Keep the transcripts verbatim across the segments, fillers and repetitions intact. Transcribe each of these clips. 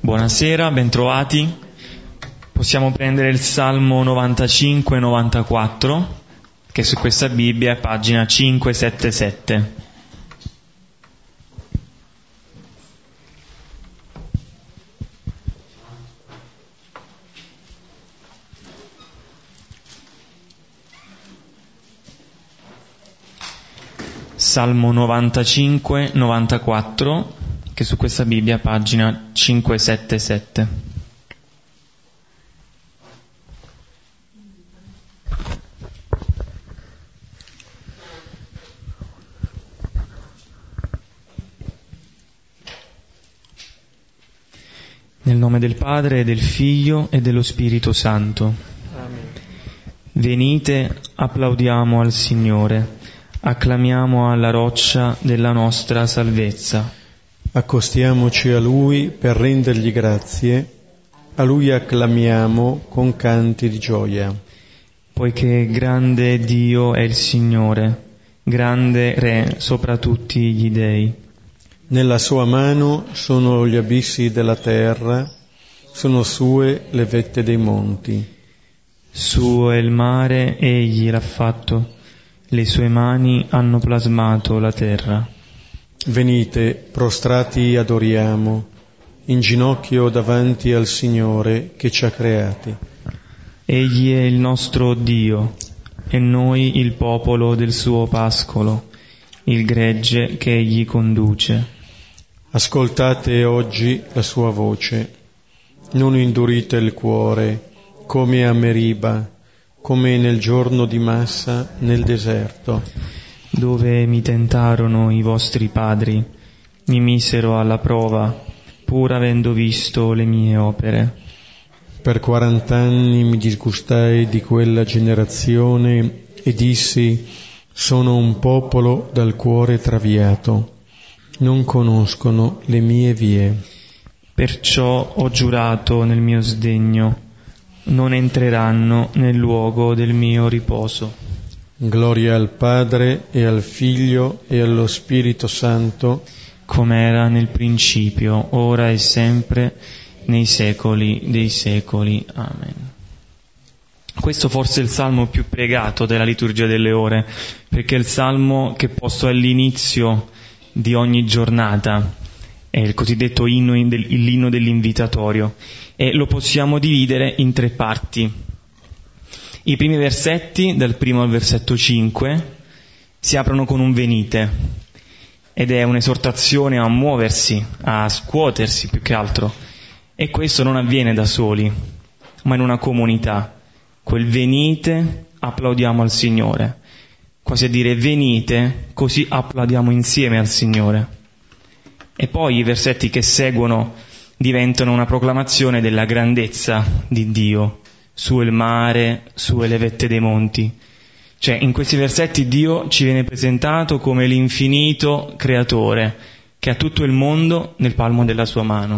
Buonasera, bentrovati. Possiamo prendere il Salmo novantacinque novantaquattro, che su questa Bibbia è pagina cinquecentosettantasette. Salmo novantacinque novantaquattro, che su questa Bibbia pagina cinquecentosettantasette. Nel nome del Padre, del Figlio e dello Spirito Santo. Amen. Venite, applaudiamo al Signore, acclamiamo alla roccia della nostra salvezza. Accostiamoci a Lui per rendergli grazie, a Lui acclamiamo con canti di gioia. Poiché grande Dio è il Signore, grande Re sopra tutti gli dei. Nella sua mano sono gli abissi della terra, sono sue le vette dei monti. Suo è il mare, egli l'ha fatto, le sue mani hanno plasmato la terra. Venite, prostrati adoriamo, in ginocchio davanti al Signore che ci ha creati. Egli è il nostro Dio, e noi il popolo del suo pascolo, il gregge che egli conduce. Ascoltate oggi la sua voce, non indurite il cuore, come a Meriba, come nel giorno di Massa nel deserto, dove mi tentarono i vostri padri, mi misero alla prova, pur avendo visto le mie opere. Per quarant'anni mi disgustai di quella generazione e dissi: sono un popolo dal cuore traviato, non conoscono le mie vie. Perciò ho giurato nel mio sdegno, non entreranno nel luogo del mio riposo. Gloria al Padre e al Figlio e allo Spirito Santo, come era nel principio, ora e sempre, nei secoli dei secoli. Amen. Questo forse è il salmo più pregato della liturgia delle ore, perché è il salmo che posto all'inizio di ogni giornata, è il cosiddetto inno, l'inno dell'invitatorio, e lo possiamo dividere in tre parti. I primi versetti, dal primo al versetto cinque, si aprono con un venite, ed è un'esortazione a muoversi, a scuotersi più che altro, e questo non avviene da soli, ma in una comunità. Quel venite, applaudiamo al Signore, quasi a dire venite, così applaudiamo insieme al Signore. E poi i versetti che seguono diventano una proclamazione della grandezza di Dio, su il mare, su le vette dei monti. Cioè, in questi versetti Dio ci viene presentato come l'infinito creatore, che ha tutto il mondo nel palmo della sua mano.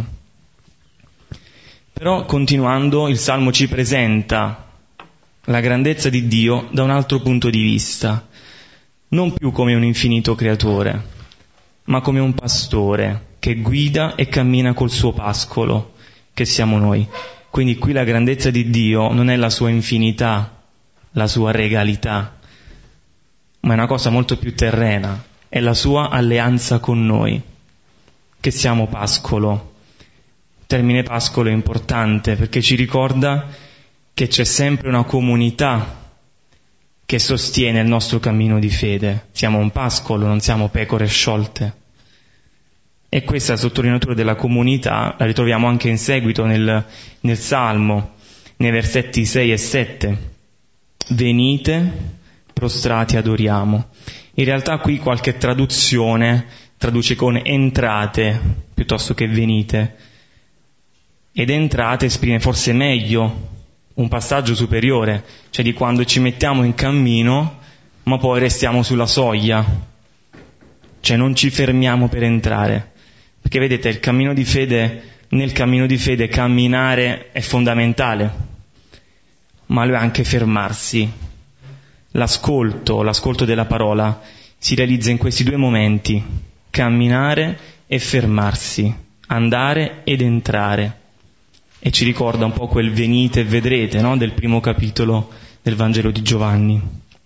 Però, continuando, il Salmo ci presenta la grandezza di Dio da un altro punto di vista, non più come un infinito creatore, ma come un pastore che guida e cammina col suo pascolo, che siamo noi. Quindi qui la grandezza di Dio non è la sua infinità, la sua regalità, ma è una cosa molto più terrena, è la sua alleanza con noi, che siamo pascolo. Il termine pascolo è importante perché ci ricorda che c'è sempre una comunità che sostiene il nostro cammino di fede. Siamo un pascolo, non siamo pecore sciolte. E questa sottolineatura della comunità la ritroviamo anche in seguito nel, nel Salmo, nei versetti sei e sette. Venite, prostrati adoriamo. In realtà qui qualche traduzione traduce con entrate piuttosto che venite. Ed entrate esprime forse meglio un passaggio superiore, cioè di quando ci mettiamo in cammino ma poi restiamo sulla soglia, cioè non ci fermiamo per entrare. Perché vedete, il cammino di fede, nel cammino di fede camminare è fondamentale, ma lo è anche fermarsi. L'ascolto, l'ascolto della parola si realizza in questi due momenti, camminare e fermarsi, andare ed entrare. E ci ricorda un po' quel venite e vedrete, no? Del primo capitolo del Vangelo di Giovanni.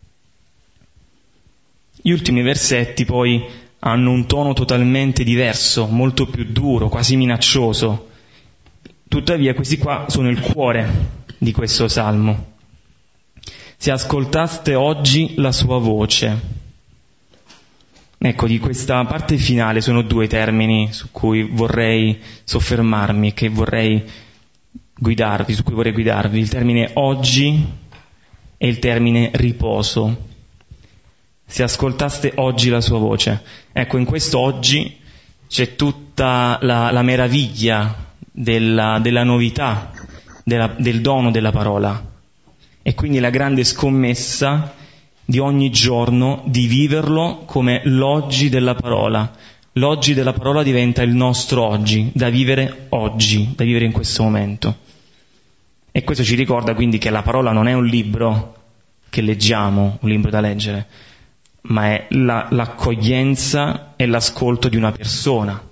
Gli ultimi versetti poi hanno un tono totalmente diverso, molto più duro, quasi minaccioso. Tuttavia questi qua sono il cuore di questo salmo. Se ascoltaste oggi la sua voce. Ecco, di questa parte finale sono due termini su cui vorrei soffermarmi, che vorrei guidarvi, su cui vorrei guidarvi. Il termine oggi e il termine riposo. Se ascoltaste oggi la sua voce. Ecco, in questo oggi c'è tutta la, la meraviglia della, della novità, della, del dono della parola. E quindi la grande scommessa di ogni giorno di viverlo come l'oggi della parola. L'oggi della parola diventa il nostro oggi, da vivere oggi, da vivere in questo momento. E questo ci ricorda quindi che la parola non è un libro che leggiamo, un libro da leggere, ma è la, l'accoglienza e l'ascolto di una persona.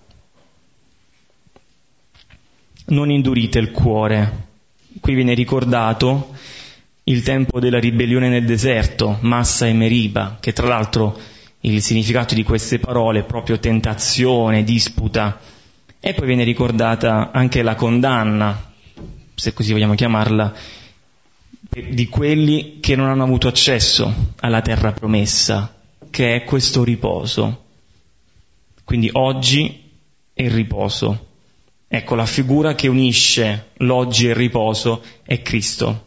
Non indurite il cuore. Qui viene ricordato il tempo della ribellione nel deserto, Massa e Meriba, che tra l'altro il significato di queste parole è proprio tentazione, disputa. E poi viene ricordata anche la condanna, se così vogliamo chiamarla, di quelli che non hanno avuto accesso alla terra promessa, che è questo riposo. Quindi oggi è il riposo. Ecco, la figura che unisce l'oggi e il riposo è Cristo.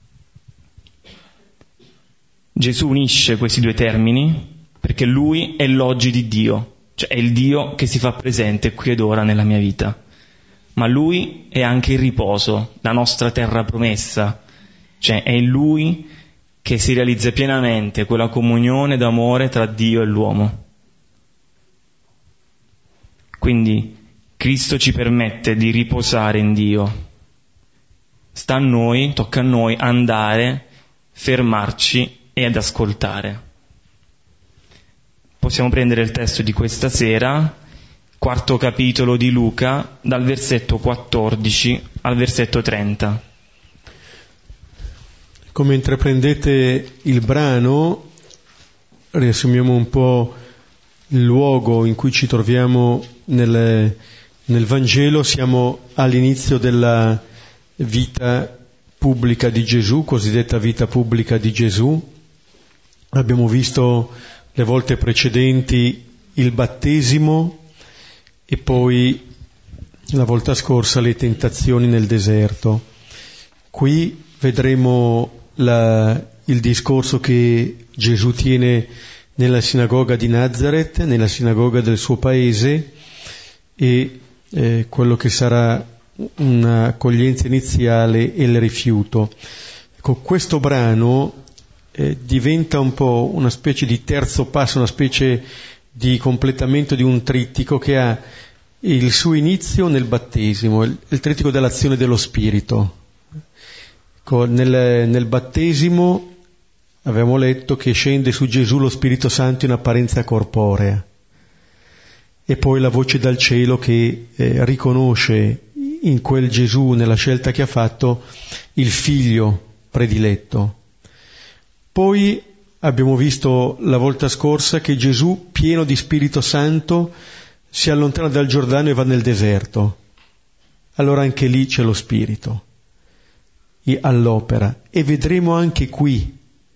Gesù unisce questi due termini perché Lui è l'oggi di Dio, cioè è il Dio che si fa presente qui ed ora nella mia vita. Ma Lui è anche il riposo, la nostra terra promessa, cioè è in Lui che si realizza pienamente quella comunione d'amore tra Dio e l'uomo. Quindi Cristo ci permette di riposare in Dio. Sta a noi, tocca a noi andare, fermarci e ad ascoltare. Possiamo prendere il testo di questa sera, quarto capitolo di Luca, dal versetto quattordici al versetto trenta. Come intraprendete il brano, riassumiamo un po' il luogo in cui ci troviamo nel, nel Vangelo. Siamo all'inizio della vita pubblica di Gesù, cosiddetta vita pubblica di Gesù. Abbiamo visto le volte precedenti il battesimo e poi la volta scorsa le tentazioni nel deserto. Qui vedremo la, il discorso che Gesù tiene nella sinagoga di Nazareth, nella sinagoga del suo paese, e eh, quello che sarà un'accoglienza iniziale e il rifiuto. Ecco, questo brano eh, diventa un po' una specie di terzo passo, una specie di completamento di un trittico che ha il suo inizio nel battesimo, il, il trittico dell'azione dello Spirito. Ecco, nel, nel battesimo avevamo letto che scende su Gesù lo Spirito Santo in apparenza corporea, e poi la voce dal cielo che eh, riconosce in quel Gesù, nella scelta che ha fatto, il figlio prediletto. Poi abbiamo visto la volta scorsa che Gesù, pieno di Spirito Santo, si allontana dal Giordano e va nel deserto. Allora anche lì c'è lo Spirito all'opera, e vedremo anche qui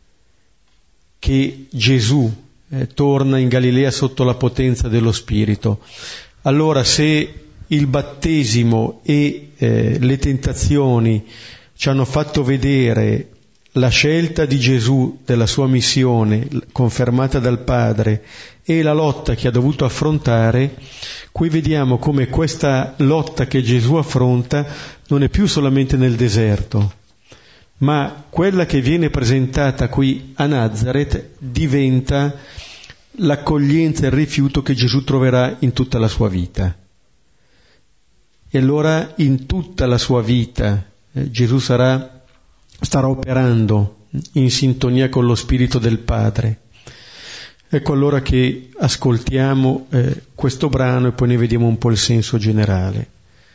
che Gesù eh, torna in Galilea sotto la potenza dello Spirito. Allora, se il battesimo e eh, le tentazioni ci hanno fatto vedere la scelta di Gesù della sua missione confermata dal Padre e la lotta che ha dovuto affrontare, qui vediamo come questa lotta che Gesù affronta non è più solamente nel deserto, ma quella che viene presentata qui a Nazareth diventa l'accoglienza e il rifiuto che Gesù troverà in tutta la sua vita. E allora in tutta la sua vita eh, Gesù sarà, starà operando in sintonia con lo Spirito del Padre. Ecco allora che ascoltiamo eh, questo brano e poi ne vediamo un po' il senso generale.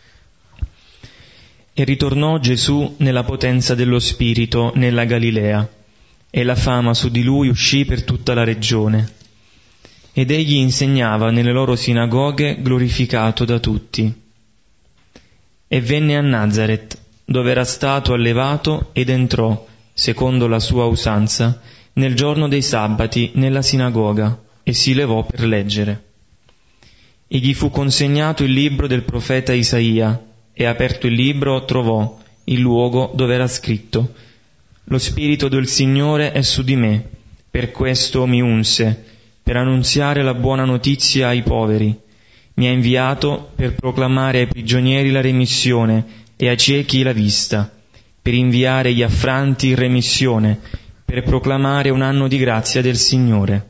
E ritornò Gesù nella potenza dello Spirito nella Galilea, e la fama su di lui uscì per tutta la regione. Ed egli insegnava nelle loro sinagoghe glorificato da tutti. E venne a Nazaret, dove era stato allevato, ed entrò, secondo la sua usanza, nel giorno dei sabati nella sinagoga, e si levò per leggere. E gli fu consegnato il libro del profeta Isaia, e aperto il libro trovò il luogo dove era scritto: Lo Spirito del Signore è su di me, per questo mi unse, per annunziare la buona notizia ai poveri. Mi ha inviato per proclamare ai prigionieri la remissione e ai ciechi la vista, per inviare gli affranti in remissione, per proclamare un anno di grazia del Signore.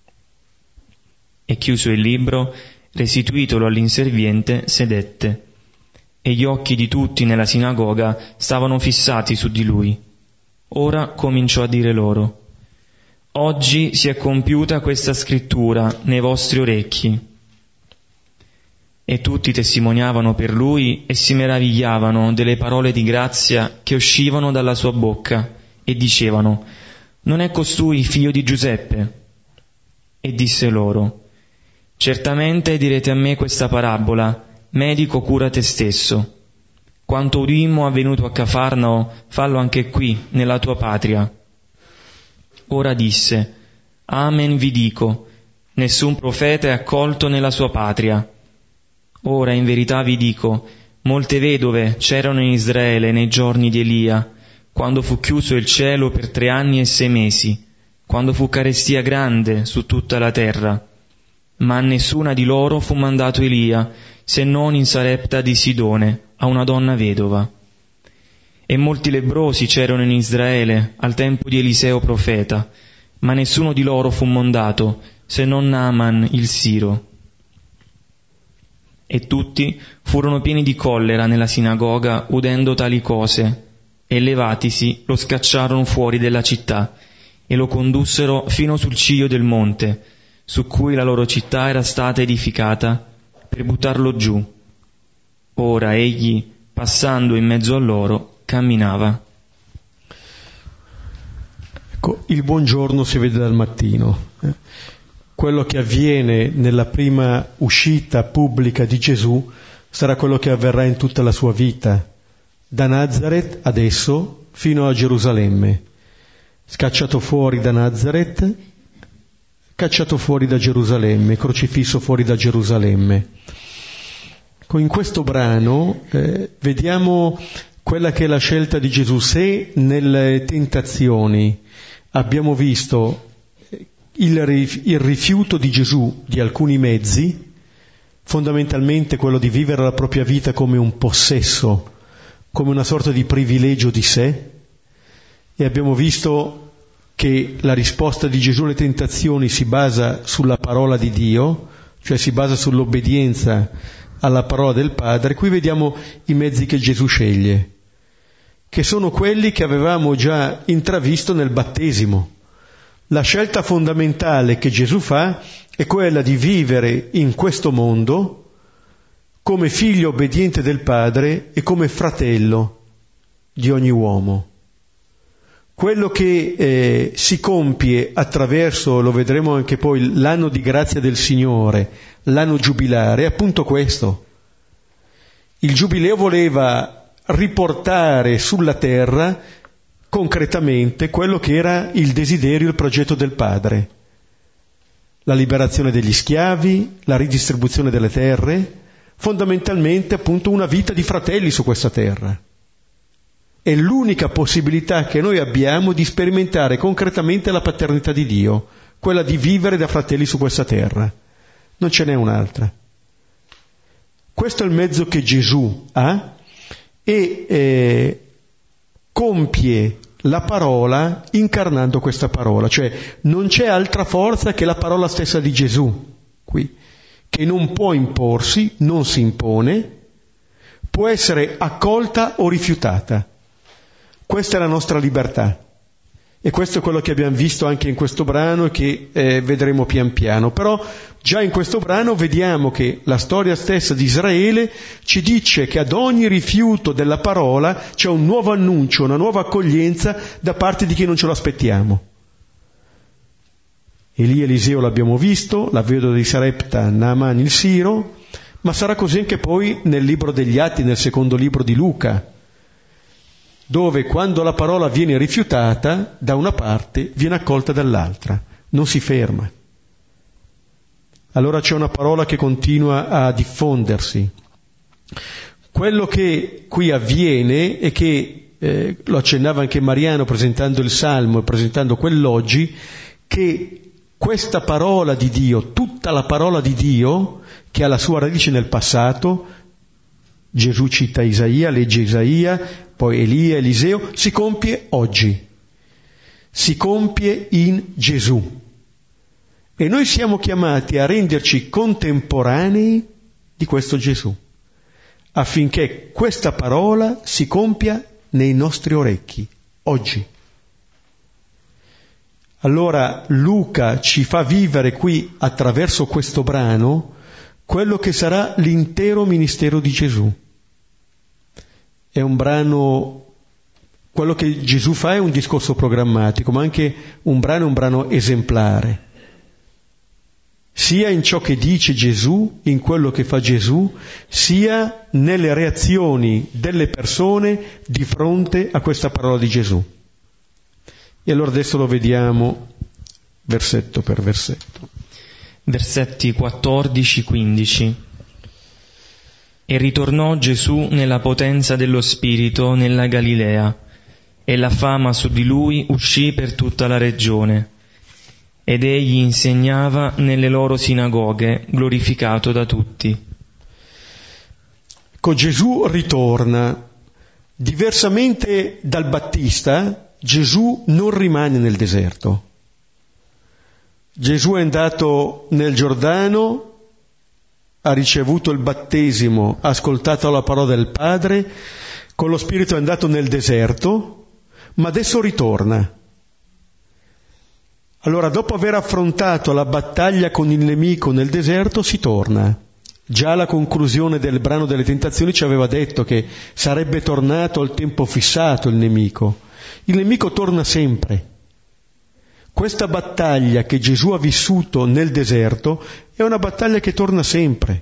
E chiuso il libro, restituitolo all'inserviente, sedette. E gli occhi di tutti nella sinagoga stavano fissati su di lui. Ora cominciò a dire loro: Oggi si è compiuta questa scrittura nei vostri orecchi. E tutti testimoniavano per lui e si meravigliavano delle parole di grazia che uscivano dalla sua bocca, e dicevano: Non è costui figlio di Giuseppe? E disse loro: Certamente direte a me questa parabola: Medico, cura te stesso. Quanto udimmo avvenuto a Cafarnao, fallo anche qui, nella tua patria. Ora disse: Amen vi dico, nessun profeta è accolto nella sua patria. Ora in verità vi dico, molte vedove c'erano in Israele nei giorni di Elia, quando fu chiuso il cielo per tre anni e sei mesi, quando fu carestia grande su tutta la terra. Ma a nessuna di loro fu mandato Elia, se non in Sarepta di Sidone, a una donna vedova. E molti lebbrosi c'erano in Israele al tempo di Eliseo profeta, ma nessuno di loro fu mandato, se non Naaman il Siro. E tutti furono pieni di collera nella sinagoga udendo tali cose, e levatisi lo scacciarono fuori della città, e lo condussero fino sul ciglio del monte, su cui la loro città era stata edificata, per buttarlo giù. Ora egli, passando in mezzo a loro, camminava. Ecco, il buongiorno si vede dal mattino. Quello che avviene nella prima uscita pubblica di Gesù sarà quello che avverrà in tutta la sua vita, da Nazaret adesso fino a Gerusalemme. Scacciato fuori da Nazaret, cacciato fuori da Gerusalemme, crocifisso fuori da Gerusalemme. In questo brano eh, vediamo quella che è la scelta di Gesù. Se nelle tentazioni abbiamo visto il, il rifiuto di Gesù di alcuni mezzi, fondamentalmente quello di vivere la propria vita come un possesso, come una sorta di privilegio di sé, e abbiamo visto che la risposta di Gesù alle tentazioni si basa sulla parola di Dio, cioè si basa sull'obbedienza alla parola del Padre. Qui vediamo i mezzi che Gesù sceglie, che sono quelli che avevamo già intravisto nel battesimo. La scelta fondamentale che Gesù fa è quella di vivere in questo mondo come figlio obbediente del Padre e come fratello di ogni uomo. Quello che eh, si compie attraverso, lo vedremo anche poi, l'anno di grazia del Signore, l'anno giubilare, è appunto questo. Il giubileo voleva riportare sulla terra concretamente quello che era il desiderio, il progetto del Padre. La liberazione degli schiavi, la ridistribuzione delle terre, fondamentalmente appunto una vita di fratelli su questa terra. È l'unica possibilità che noi abbiamo di sperimentare concretamente la paternità di Dio, quella di vivere da fratelli su questa terra. Non ce n'è un'altra. Questo è il mezzo che Gesù ha e eh, compie la parola incarnando questa parola, cioè non c'è altra forza che la parola stessa di Gesù qui, che non può imporsi, non si impone, può essere accolta o rifiutata. Questa è la nostra libertà. E questo è quello che abbiamo visto anche in questo brano e che eh, vedremo pian piano. Però già in questo brano vediamo che la storia stessa di Israele ci dice che ad ogni rifiuto della parola c'è un nuovo annuncio, una nuova accoglienza da parte di chi non ce lo aspettiamo. Elia e Eliseo l'abbiamo visto, la vedova di Sarepta, Naaman il Siro, ma sarà così anche poi nel libro degli Atti, nel secondo libro di Luca, dove quando la parola viene rifiutata da una parte viene accolta dall'altra, non si ferma. Allora c'è una parola che continua a diffondersi. Quello che qui avviene è che, eh, lo accennava anche Mariano presentando il Salmo e presentando quell'oggi, che questa parola di Dio, tutta la parola di Dio, che ha la sua radice nel passato, Gesù cita Isaia, legge Isaia, poi Elia, Eliseo, si compie oggi, si compie in Gesù. E noi siamo chiamati a renderci contemporanei di questo Gesù, affinché questa parola si compia nei nostri orecchi, oggi. Allora Luca ci fa vivere qui, attraverso questo brano, quello che sarà l'intero ministero di Gesù. È un brano, quello che Gesù fa è un discorso programmatico, ma anche un brano è un brano esemplare. Sia in ciò che dice Gesù, in quello che fa Gesù, sia nelle reazioni delle persone di fronte a questa parola di Gesù. E allora adesso lo vediamo versetto per versetto. Versetti quattordici quindici. E ritornò Gesù nella potenza dello Spirito nella Galilea, e la fama su di lui uscì per tutta la regione. Ed egli insegnava nelle loro sinagoghe, glorificato da tutti. Ecco, Gesù ritorna. Diversamente dal Battista, Gesù non rimane nel deserto. Gesù è andato nel Giordano, ha ricevuto il battesimo, ha ascoltato la parola del Padre, con lo Spirito è andato nel deserto, ma adesso ritorna. Allora, dopo aver affrontato la battaglia con il nemico nel deserto, si torna. Già alla conclusione del brano delle tentazioni ci aveva detto che sarebbe tornato al tempo fissato il nemico. Il nemico torna sempre. Questa battaglia che Gesù ha vissuto nel deserto è una battaglia che torna sempre.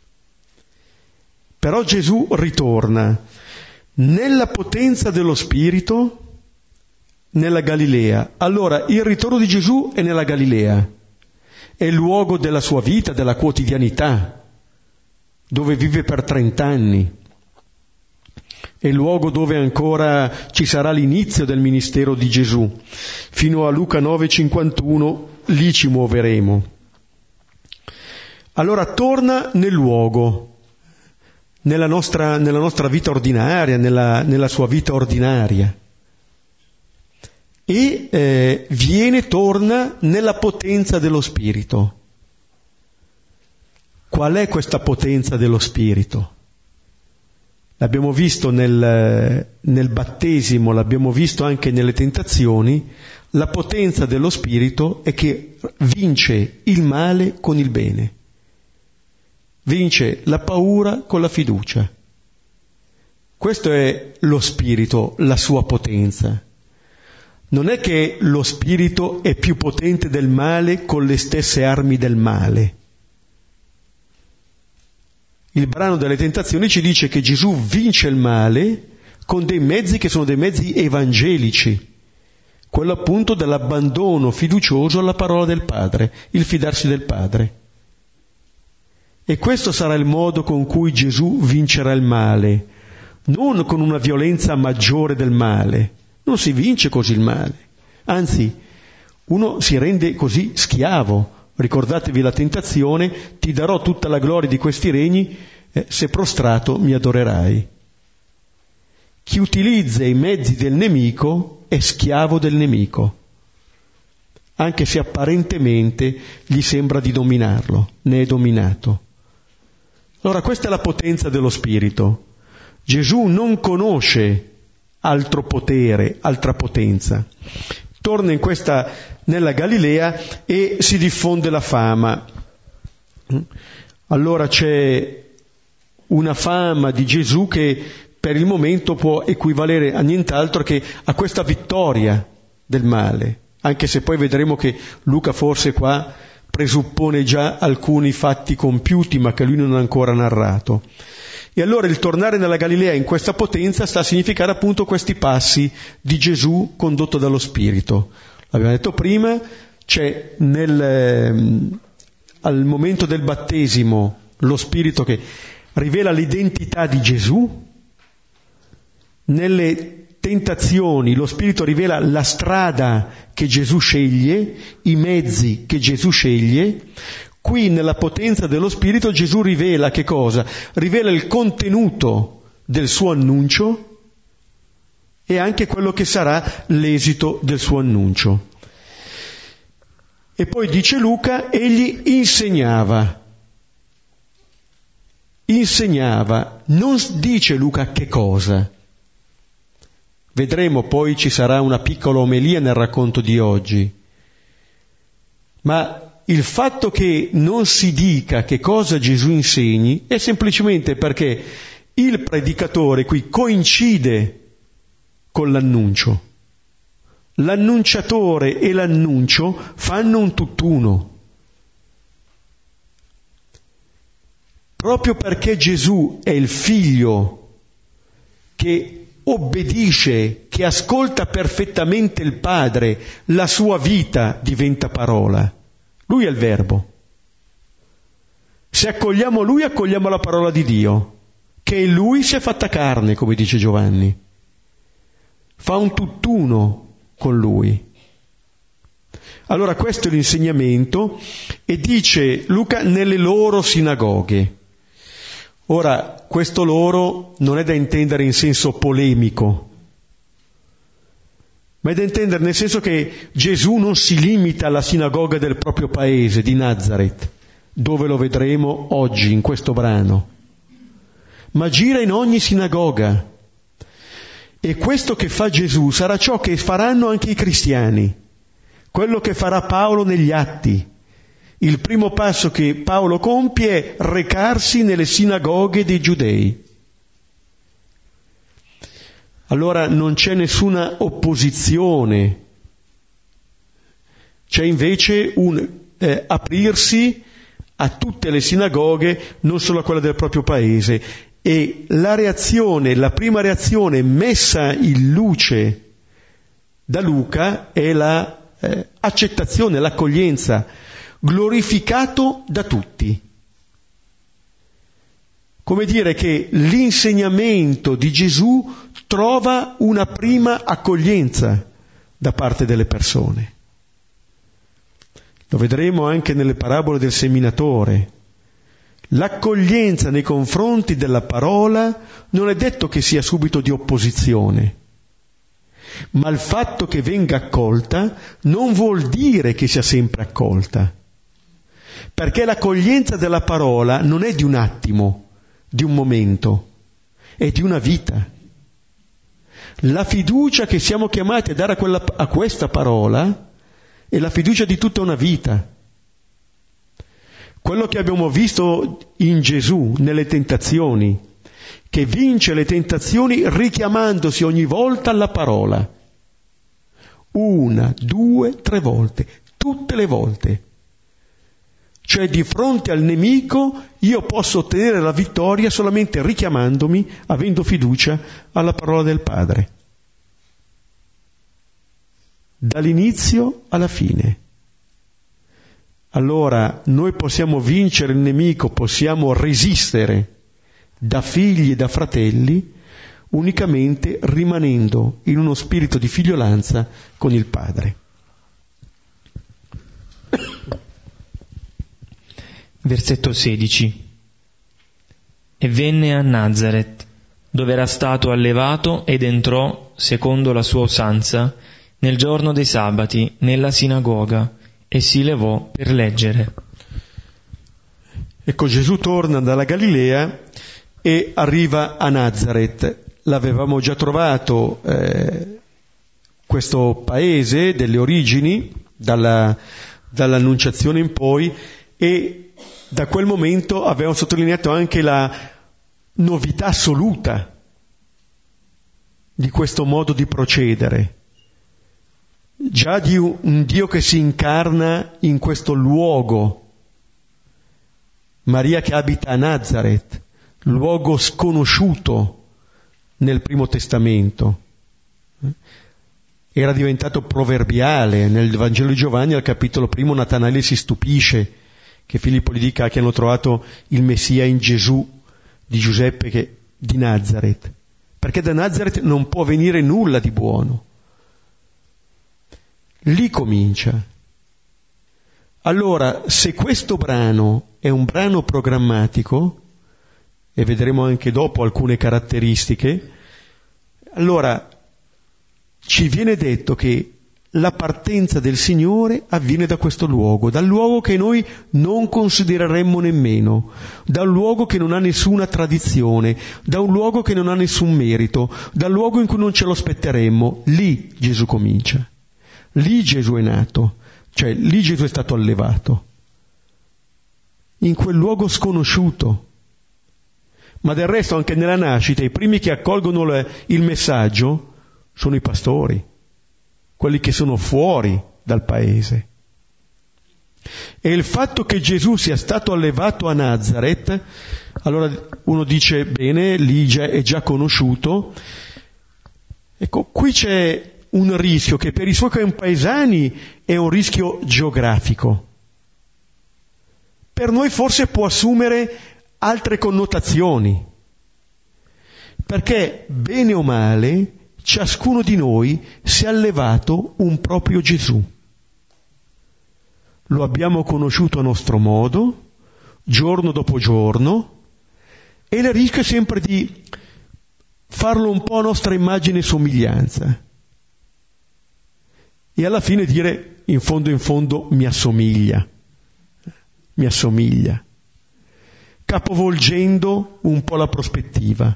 Però Gesù ritorna nella potenza dello Spirito nella Galilea. Allora, il ritorno di Gesù è nella Galilea. È il luogo della sua vita, della quotidianità, dove vive per trent'anni. È il luogo dove ancora ci sarà l'inizio del ministero di Gesù. Fino a Luca nove cinquantuno lì ci muoveremo. Allora torna nel luogo, nella nostra, nella nostra vita ordinaria, nella, nella sua vita ordinaria. E eh, viene, torna nella potenza dello Spirito. Qual è questa potenza dello Spirito? L'abbiamo visto nel, nel battesimo, l'abbiamo visto anche nelle tentazioni. La potenza dello Spirito è che vince il male con il bene, vince la paura con la fiducia. Questo è lo Spirito, la sua potenza. Non è che lo Spirito è più potente del male con le stesse armi del male. Il brano delle tentazioni ci dice che Gesù vince il male con dei mezzi che sono dei mezzi evangelici, quello appunto dell'abbandono fiducioso alla parola del Padre, il fidarsi del Padre. E questo sarà il modo con cui Gesù vincerà il male, non con una violenza maggiore del male. Non si vince così il male, anzi, uno si rende così schiavo. Ricordatevi la tentazione: ti darò tutta la gloria di questi regni, eh, se prostrato mi adorerai. Chi utilizza i mezzi del nemico è schiavo del nemico, anche se apparentemente gli sembra di dominarlo, ne è dominato. Allora questa è la potenza dello Spirito. Gesù non conosce altro potere, altra potenza. torna in questa, nella Galilea e si diffonde la fama. Allora c'è una fama di Gesù che per il momento può equivalere a nient'altro che a questa vittoria del male, anche se poi vedremo che Luca forse qua presuppone già alcuni fatti compiuti ma che lui non ha ancora narrato. E allora il tornare nella Galilea in questa potenza sta a significare appunto questi passi di Gesù condotto dallo Spirito. L'abbiamo detto prima, c'è nel, eh, al momento del battesimo lo Spirito che rivela l'identità di Gesù, nelle tentazioni lo Spirito rivela la strada che Gesù sceglie, i mezzi che Gesù sceglie. Qui nella potenza dello Spirito Gesù rivela che cosa? Rivela il contenuto del suo annuncio e anche quello che sarà l'esito del suo annuncio. E poi dice Luca, egli insegnava. Insegnava, non dice Luca che cosa. Vedremo, poi ci sarà una piccola omelia nel racconto di oggi. Ma il fatto che non si dica che cosa Gesù insegni è semplicemente perché il predicatore qui coincide con l'annuncio. L'annunciatore e l'annuncio fanno un tutt'uno. Proprio perché Gesù è il figlio che obbedisce, che ascolta perfettamente il Padre, la sua vita diventa parola. Lui è il Verbo. Se accogliamo Lui, accogliamo la parola di Dio, che in Lui si è fatta carne, come dice Giovanni. Fa un tutt'uno con Lui. Allora questo è l'insegnamento, e dice Luca nelle loro sinagoghe. Ora, questo loro non è da intendere in senso polemico, ma è da intendere nel senso che Gesù non si limita alla sinagoga del proprio paese, di Nazareth, dove lo vedremo oggi in questo brano, ma gira in ogni sinagoga. E questo che fa Gesù sarà ciò che faranno anche i cristiani, quello che farà Paolo negli Atti. Il primo passo che Paolo compie è recarsi nelle sinagoghe dei giudei. Allora non c'è nessuna opposizione, c'è invece un eh, aprirsi a tutte le sinagoghe, non solo a quella del proprio paese. E la reazione, la prima reazione messa in luce da Luca è la eh, accettazione, l'accoglienza, glorificato da tutti. Come dire che l'insegnamento di Gesù trova una prima accoglienza da parte delle persone. Lo vedremo anche nelle parabole del seminatore. L'accoglienza nei confronti della parola non è detto che sia subito di opposizione, ma il fatto che venga accolta non vuol dire che sia sempre accolta, perché l'accoglienza della parola non è di un attimo, di un momento, è di una vita. La fiducia che siamo chiamati a dare a, quella, a questa parola è la fiducia di tutta una vita. Quello che abbiamo visto in Gesù nelle tentazioni, che vince le tentazioni richiamandosi ogni volta alla parola. Una, due, tre volte, tutte le volte. Cioè di fronte al nemico io posso ottenere la vittoria solamente richiamandomi, avendo fiducia alla parola del Padre. Dall'inizio alla fine. Allora noi possiamo vincere il nemico, possiamo resistere da figli e da fratelli unicamente rimanendo in uno spirito di figliolanza con il Padre. Versetto sedici. E venne a Nazaret, dove era stato allevato, ed entrò, secondo la sua usanza, nel giorno dei sabati, nella sinagoga, e si levò per leggere. Ecco, Gesù torna dalla Galilea e arriva a Nazaret. L'avevamo già trovato eh, questo paese delle origini, dalla, dall'Annunciazione in poi, e da quel momento avevano sottolineato anche la novità assoluta di questo modo di procedere. Già di un Dio che si incarna in questo luogo, Maria che abita a Nazareth, luogo sconosciuto nel Primo Testamento. Era diventato proverbiale. Nel Vangelo di Giovanni, al capitolo primo, Natanaele si stupisce che Filippo gli dica che hanno trovato il Messia in Gesù di Giuseppe che, di Nazareth, perché da Nazareth non può venire nulla di buono. Lì comincia. Allora, se questo brano è un brano programmatico, e vedremo anche dopo alcune caratteristiche, allora ci viene detto che la partenza del Signore avviene da questo luogo, dal luogo che noi non considereremmo nemmeno, da un luogo che non ha nessuna tradizione, da un luogo che non ha nessun merito, dal luogo in cui non ce lo aspetteremmo. Lì Gesù comincia, lì Gesù è nato, cioè lì Gesù è stato allevato, in quel luogo sconosciuto. Ma del resto anche nella nascita i primi che accolgono le, il messaggio sono i pastori, quelli che sono fuori dal paese. E il fatto che Gesù sia stato allevato a Nazareth, allora uno dice, bene, lì già, è già conosciuto. Ecco, qui c'è un rischio che per i suoi compaesani è un rischio geografico. Per noi forse può assumere altre connotazioni, perché bene o male ciascuno di noi si è allevato un proprio Gesù. Lo abbiamo conosciuto a nostro modo, giorno dopo giorno, e il rischio è sempre di farlo un po' a nostra immagine e somiglianza. E alla fine dire, in fondo in fondo, mi assomiglia, mi assomiglia, capovolgendo un po' la prospettiva.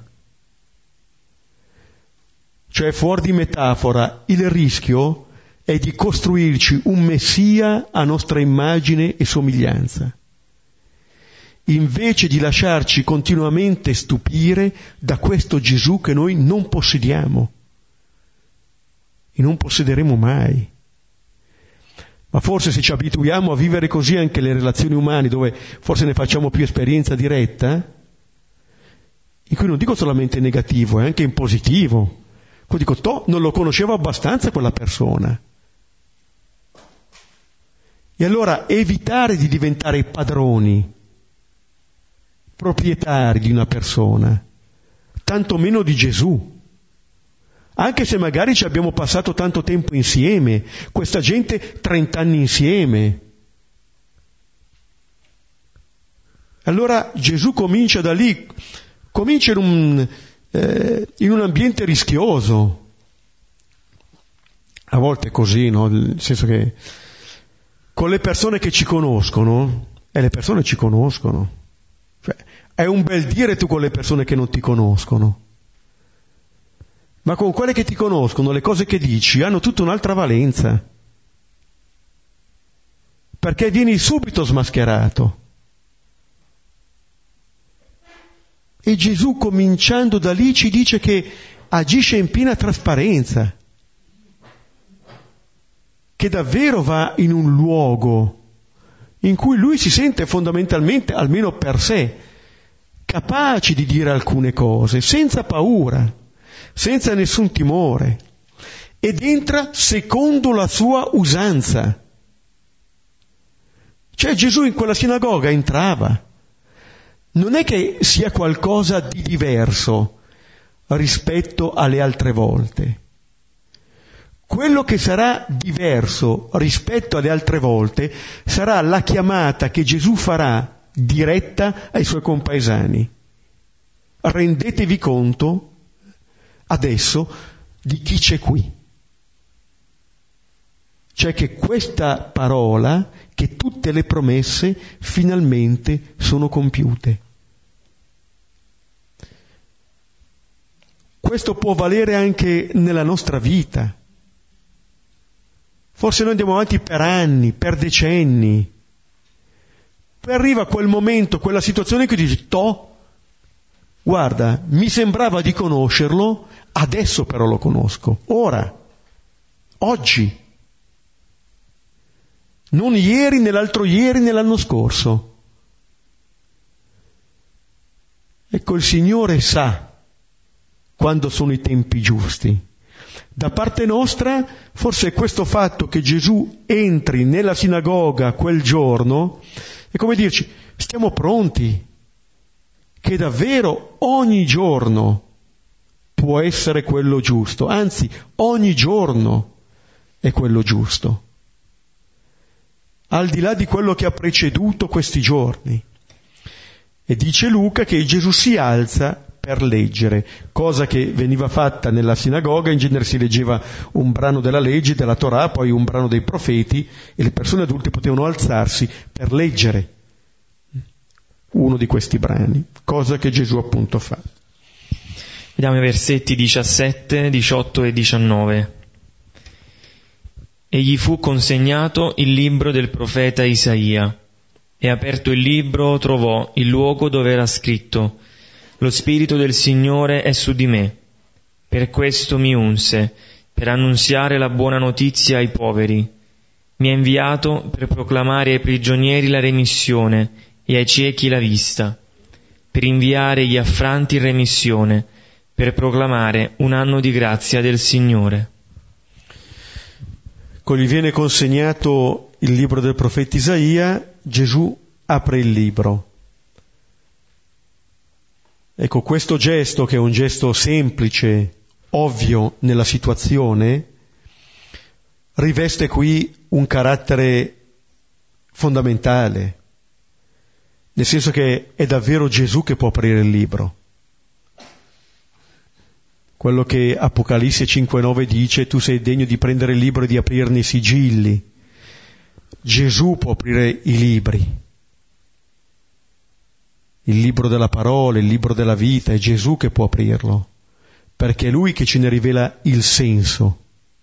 Cioè, fuori di metafora, il rischio è di costruirci un Messia a nostra immagine e somiglianza, invece di lasciarci continuamente stupire da questo Gesù che noi non possediamo e non possederemo mai. Ma forse se ci abituiamo a vivere così anche le relazioni umane, dove forse ne facciamo più esperienza diretta, in cui non dico solamente in negativo, è anche in positivo. Poi dico, toh, non lo conoscevo abbastanza quella persona. E allora evitare di diventare padroni, proprietari di una persona, tanto meno di Gesù. Anche se magari ci abbiamo passato tanto tempo insieme, questa gente trent'anni insieme. Allora Gesù comincia da lì, comincia in un... in un ambiente rischioso, a volte è così, no? Nel senso che con le persone che ci conoscono, e le persone ci conoscono, cioè, è un bel dire tu con le persone che non ti conoscono, ma con quelle che ti conoscono le cose che dici hanno tutta un'altra valenza, perché vieni subito smascherato. E Gesù, cominciando da lì, ci dice che agisce in piena trasparenza, che davvero va in un luogo in cui lui si sente fondamentalmente, almeno per sé, capace di dire alcune cose, senza paura, senza nessun timore, ed entra secondo la sua usanza. Cioè Gesù in quella sinagoga entrava. Non è che sia qualcosa di diverso rispetto alle altre volte. Quello che sarà diverso rispetto alle altre volte sarà la chiamata che Gesù farà diretta ai suoi compaesani. Rendetevi conto adesso di chi c'è qui. Cioè che questa parola, che tutte le promesse finalmente sono compiute. Questo può valere anche nella nostra vita. Forse noi andiamo avanti per anni, per decenni. Poi arriva quel momento, quella situazione in cui dici, toh, guarda, mi sembrava di conoscerlo, adesso però lo conosco. Ora, oggi. Non ieri, né l'altro ieri, né l'anno scorso. Ecco, il Signore sa quando sono i tempi giusti. Da parte nostra, forse questo fatto che Gesù entri nella sinagoga quel giorno è come dirci, stiamo pronti, che davvero ogni giorno può essere quello giusto, anzi, ogni giorno è quello giusto, al di là di quello che ha preceduto questi giorni. E dice Luca che Gesù si alza per leggere, cosa che veniva fatta nella sinagoga. In genere si leggeva un brano della legge, della Torah, poi un brano dei profeti, e le persone adulte potevano alzarsi per leggere uno di questi brani, cosa che Gesù appunto fa. Vediamo i versetti diciassette, diciotto e diciannove. E gli fu consegnato il libro del profeta Isaia. E aperto il libro trovò il luogo dove era scritto: Lo Spirito del Signore è su di me, per questo mi unse, per annunziare la buona notizia ai poveri. Mi ha inviato per proclamare ai prigionieri la remissione e ai ciechi la vista, per inviare gli affranti in remissione, per proclamare un anno di grazia del Signore. Quando gli viene consegnato il libro del profeta Isaia, Gesù apre il libro. Ecco, questo gesto, che è un gesto semplice, ovvio nella situazione, riveste qui un carattere fondamentale, nel senso che è davvero Gesù che può aprire il libro. Quello che Apocalisse cinque nove dice, tu sei degno di prendere il libro e di aprirne i sigilli. Gesù può aprire i libri. Il libro della parola, il libro della vita, è Gesù che può aprirlo, perché è Lui che ce ne rivela il senso.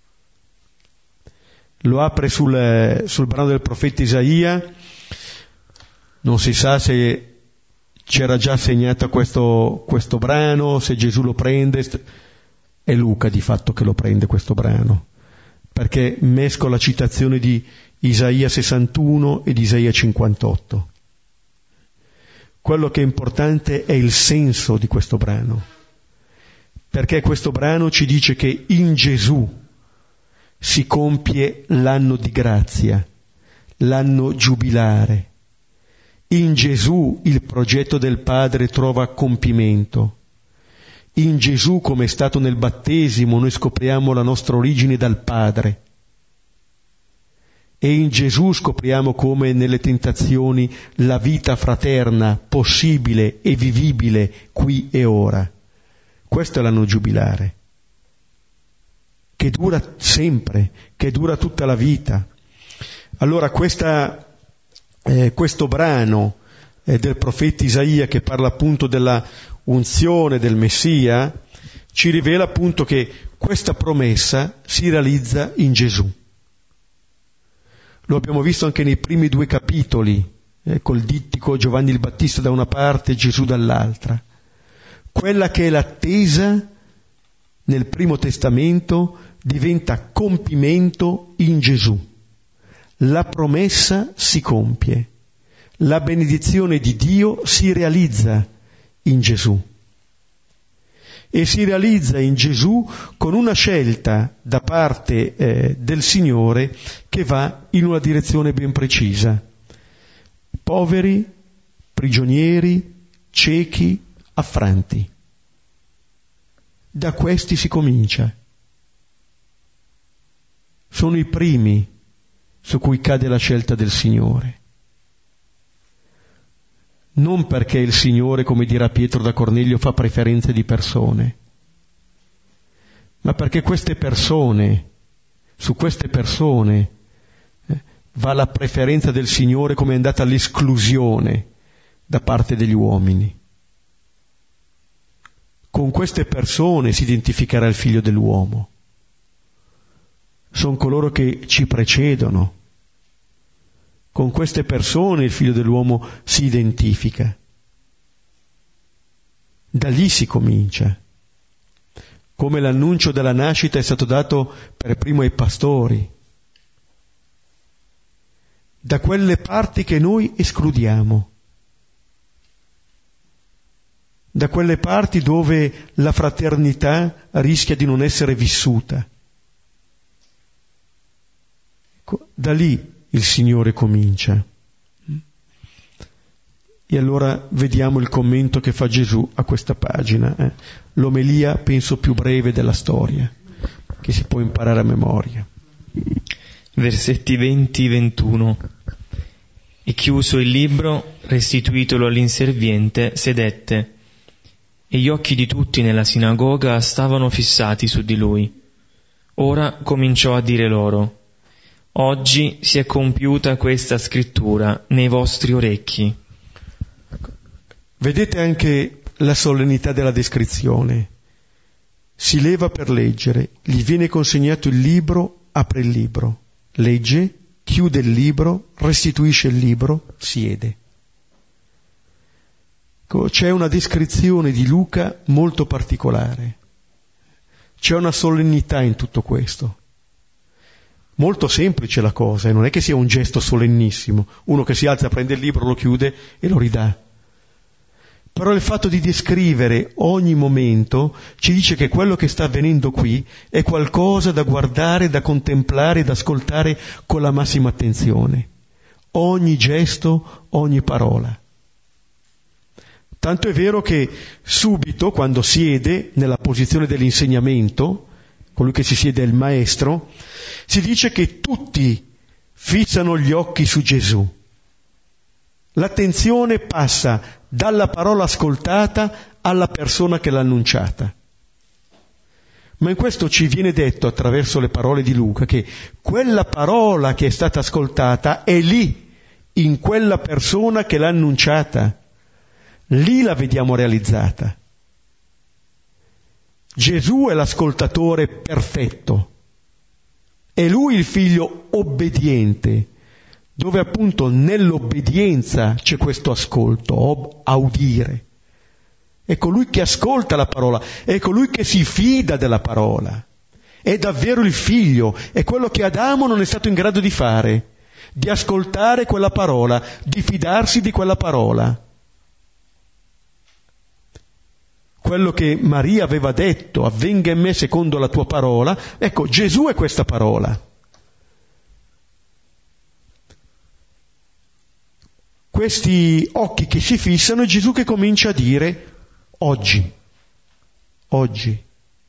Lo apre sul, sul brano del profeta Isaia, non si sa se c'era già segnato questo, questo brano, se Gesù lo prende, è Luca di fatto che lo prende questo brano, perché mescola citazioni di Isaia sessantuno e di Isaia cinquantotto. Quello che è importante è il senso di questo brano, perché questo brano ci dice che in Gesù si compie l'anno di grazia, l'anno giubilare. In Gesù il progetto del Padre trova compimento. In Gesù, come è stato nel battesimo, noi scopriamo la nostra origine dal Padre. E in Gesù scopriamo come nelle tentazioni la vita fraterna, possibile e vivibile qui e ora. Questo è l'anno giubilare, che dura sempre, che dura tutta la vita. Allora questa, eh, questo brano eh, del profeta Isaia, che parla appunto della unzione del Messia, ci rivela appunto che questa promessa si realizza in Gesù. Lo abbiamo visto anche nei primi due capitoli, eh, col dittico Giovanni il Battista da una parte e Gesù dall'altra. Quella che è l'attesa nel Primo Testamento diventa compimento in Gesù. La promessa si compie, la benedizione di Dio si realizza in Gesù. E si realizza in Gesù con una scelta da parte eh, del Signore che va in una direzione ben precisa. Poveri, prigionieri, ciechi, affranti. Da questi si comincia. Sono i primi su cui cade la scelta del Signore. Non perché il Signore, come dirà Pietro da Cornelio, fa preferenze di persone, ma perché queste persone, su queste persone eh, va la preferenza del Signore, come è andata all'esclusione da parte degli uomini. Con queste persone si identificherà il Figlio dell'uomo. sono coloro che ci precedono. Con queste persone il Figlio dell'uomo si identifica. Da lì si comincia. Come l'annuncio della nascita è stato dato per primo ai pastori. Da quelle parti che noi escludiamo. Da quelle parti dove la fraternità rischia di non essere vissuta. Da lì il Signore comincia. E allora vediamo il commento che fa Gesù a questa pagina. Eh? L'omelia, penso, più breve della storia, che si può imparare a memoria. Versetti venti ventuno. E chiuso il libro, restituitolo all'inserviente, sedette, e gli occhi di tutti nella sinagoga stavano fissati su di lui. Ora cominciò a dire loro: oggi si è compiuta questa scrittura nei vostri orecchi. Vedete anche la solennità della descrizione. Si leva per leggere, gli viene consegnato il libro, apre il libro, legge, chiude il libro, restituisce il libro, siede. C'è una descrizione di Luca molto particolare. C'è una solennità in tutto questo. Molto semplice la cosa, e non è che sia un gesto solennissimo, uno che si alza, prende il libro, lo chiude e lo ridà. Però il fatto di descrivere ogni momento ci dice che quello che sta avvenendo qui è qualcosa da guardare, da contemplare, da ascoltare con la massima attenzione. Ogni gesto, ogni parola. Tanto è vero che subito, quando siede nella posizione dell'insegnamento, colui che si siede è il maestro, si dice che tutti fissano gli occhi su Gesù. L'attenzione passa dalla parola ascoltata alla persona che l'ha annunciata. Ma in questo ci viene detto, attraverso le parole di Luca, che quella parola che è stata ascoltata è lì, in quella persona che l'ha annunciata. Lì la vediamo realizzata. Gesù è l'ascoltatore perfetto. È lui il figlio obbediente, dove appunto nell'obbedienza c'è questo ascolto, ob- audire. È colui che ascolta la parola, è colui che si fida della parola. È davvero il figlio, è quello che Adamo non è stato in grado di fare, di ascoltare quella parola, di fidarsi di quella parola. Quello che Maria aveva detto, avvenga in me secondo la tua parola, ecco, Gesù è questa parola. Questi occhi che si fissano, è Gesù che comincia a dire oggi, oggi.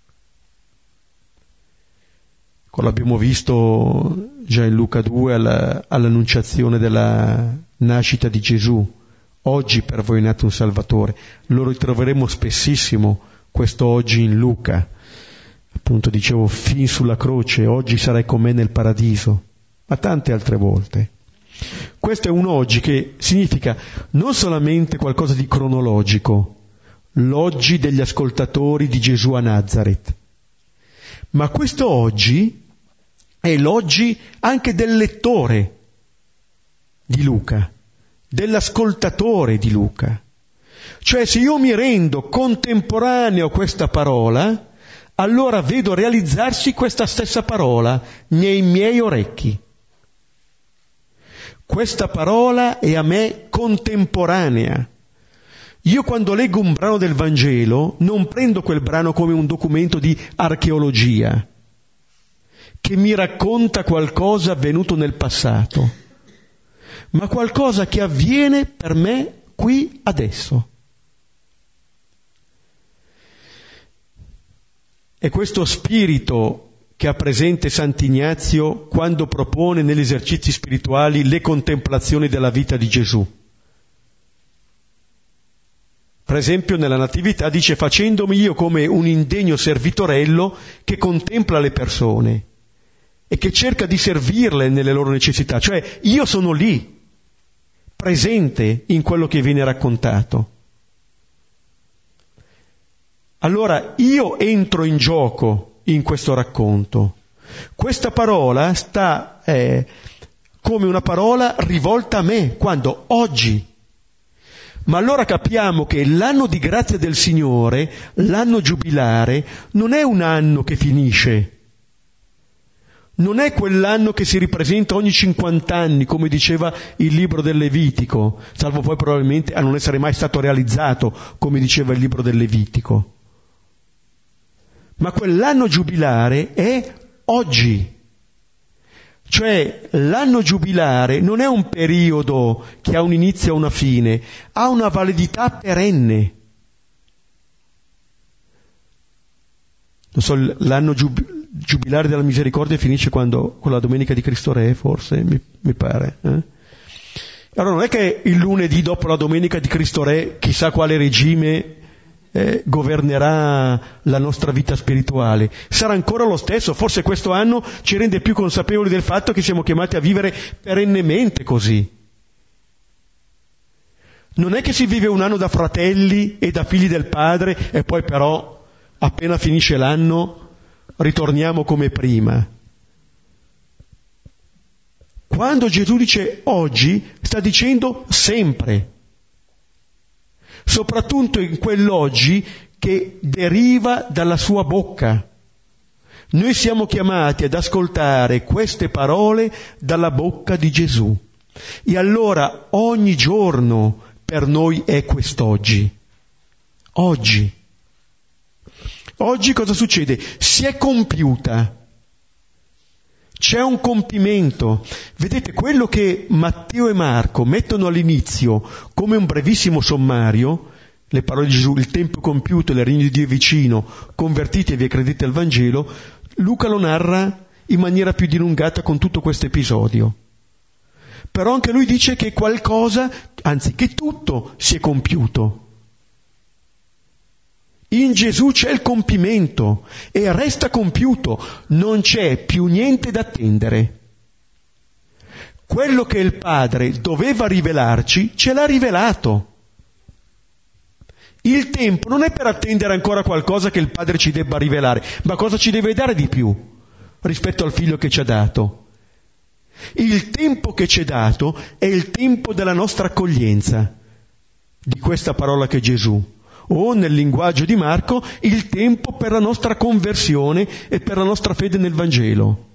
L'abbiamo visto già in Luca due alla, all'annunciazione della nascita di Gesù. Oggi per voi è nato un Salvatore. Lo ritroveremo spessissimo questo oggi in Luca. Appunto dicevo, fin sulla croce, oggi sarai con me nel paradiso, ma tante altre volte. Questo è un oggi che significa non solamente qualcosa di cronologico, l'oggi degli ascoltatori di Gesù a Nazareth, ma questo oggi è l'oggi anche del lettore di Luca, dell'ascoltatore di Luca. Cioè, se io mi rendo contemporaneo a questa parola, allora vedo realizzarsi questa stessa parola nei miei orecchi. Questa parola è a me contemporanea. Io quando leggo un brano del Vangelo non prendo quel brano come un documento di archeologia che mi racconta qualcosa avvenuto nel passato, ma qualcosa che avviene per me qui adesso. È questo spirito che ha presente Sant'Ignazio quando propone negli esercizi spirituali le contemplazioni della vita di Gesù. Per esempio nella Natività dice: facendomi io come un indegno servitorello che contempla le persone e che cerca di servirle nelle loro necessità. Cioè io sono lì, presente in quello che viene raccontato. Allora io entro in gioco in questo racconto, Questa parola sta eh, come una parola rivolta a me, quando? Oggi. Ma allora capiamo che l'anno di grazia del Signore, l'anno giubilare, non è un anno che finisce. Non è quell'anno che si ripresenta ogni cinquanta anni, come diceva il libro del Levitico, salvo poi probabilmente a non essere mai stato realizzato, come diceva il libro del Levitico. Ma quell'anno giubilare è oggi. Cioè l'anno giubilare non è un periodo che ha un inizio e una fine, ha una validità perenne. Non so, l'anno giub- giubilare della misericordia finisce quando, con la domenica di Cristo Re, forse, mi, mi pare. Eh? Allora non è che il lunedì dopo la domenica di Cristo Re, chissà quale regime eh, governerà la nostra vita spirituale. Sarà ancora lo stesso, forse questo anno ci rende più consapevoli del fatto che siamo chiamati a vivere perennemente così. Non è che si vive un anno da fratelli e da figli del Padre e poi però appena finisce l'anno ritorniamo come prima. Quando Gesù dice oggi, sta dicendo sempre. Soprattutto in quell'oggi che deriva dalla sua bocca. Noi siamo chiamati ad ascoltare queste parole dalla bocca di Gesù. E allora ogni giorno per noi è quest'oggi. Oggi. Oggi cosa succede? Si è compiuta. C'è un compimento. Vedete, quello che Matteo e Marco mettono all'inizio come un brevissimo sommario, le parole di Gesù, il tempo compiuto, il regno di Dio è vicino, convertitevi e credete al Vangelo, Luca lo narra in maniera più dilungata con tutto questo episodio. Però anche lui dice che qualcosa, anzi che tutto si è compiuto. In Gesù c'è il compimento e resta compiuto, non c'è più niente da attendere. Quello che il Padre doveva rivelarci, ce l'ha rivelato. Il tempo non è per attendere ancora qualcosa che il Padre ci debba rivelare, ma cosa ci deve dare di più rispetto al Figlio che ci ha dato? Il tempo che ci è dato è il tempo della nostra accoglienza di questa parola che è Gesù. O nel linguaggio di Marco, il tempo per la nostra conversione e per la nostra fede nel Vangelo.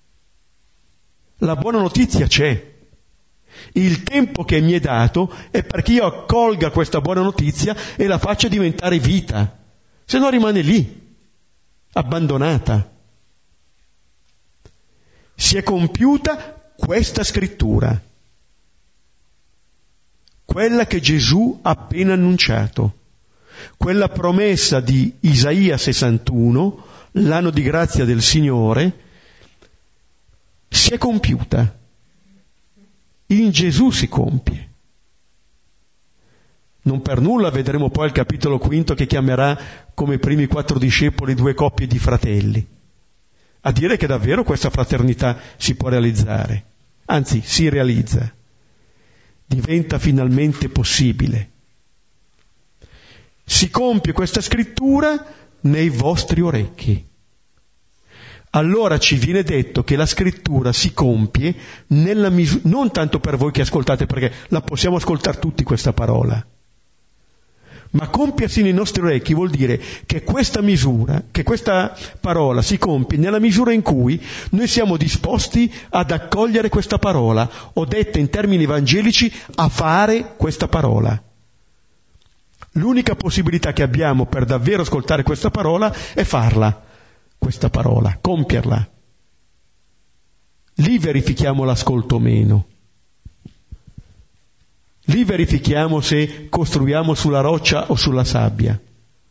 La buona notizia c'è. Il tempo che mi è dato è perché io accolga questa buona notizia e la faccia diventare vita. Se no rimane lì, abbandonata. Si è compiuta questa scrittura, quella che Gesù ha appena annunciato. Quella promessa di Isaia sessantuno, l'anno di grazia del Signore, si è compiuta. In Gesù si compie. Non per nulla vedremo poi il capitolo quinto che chiamerà come primi quattro discepoli due coppie di fratelli, a dire che davvero questa fraternità si può realizzare, anzi si realizza, diventa finalmente possibile. Si compie questa scrittura nei vostri orecchi. Allora ci viene detto che la scrittura si compie nella misura, non tanto per voi che ascoltate, perché la possiamo ascoltare tutti questa parola, ma compiersi nei nostri orecchi vuol dire che questa misura, che questa parola si compie nella misura in cui noi siamo disposti ad accogliere questa parola, o detta in termini evangelici, a fare questa parola. L'unica possibilità che abbiamo per davvero ascoltare questa parola è farla, questa parola, compierla. Lì verifichiamo l'ascolto o meno. Lì verifichiamo se costruiamo sulla roccia o sulla sabbia.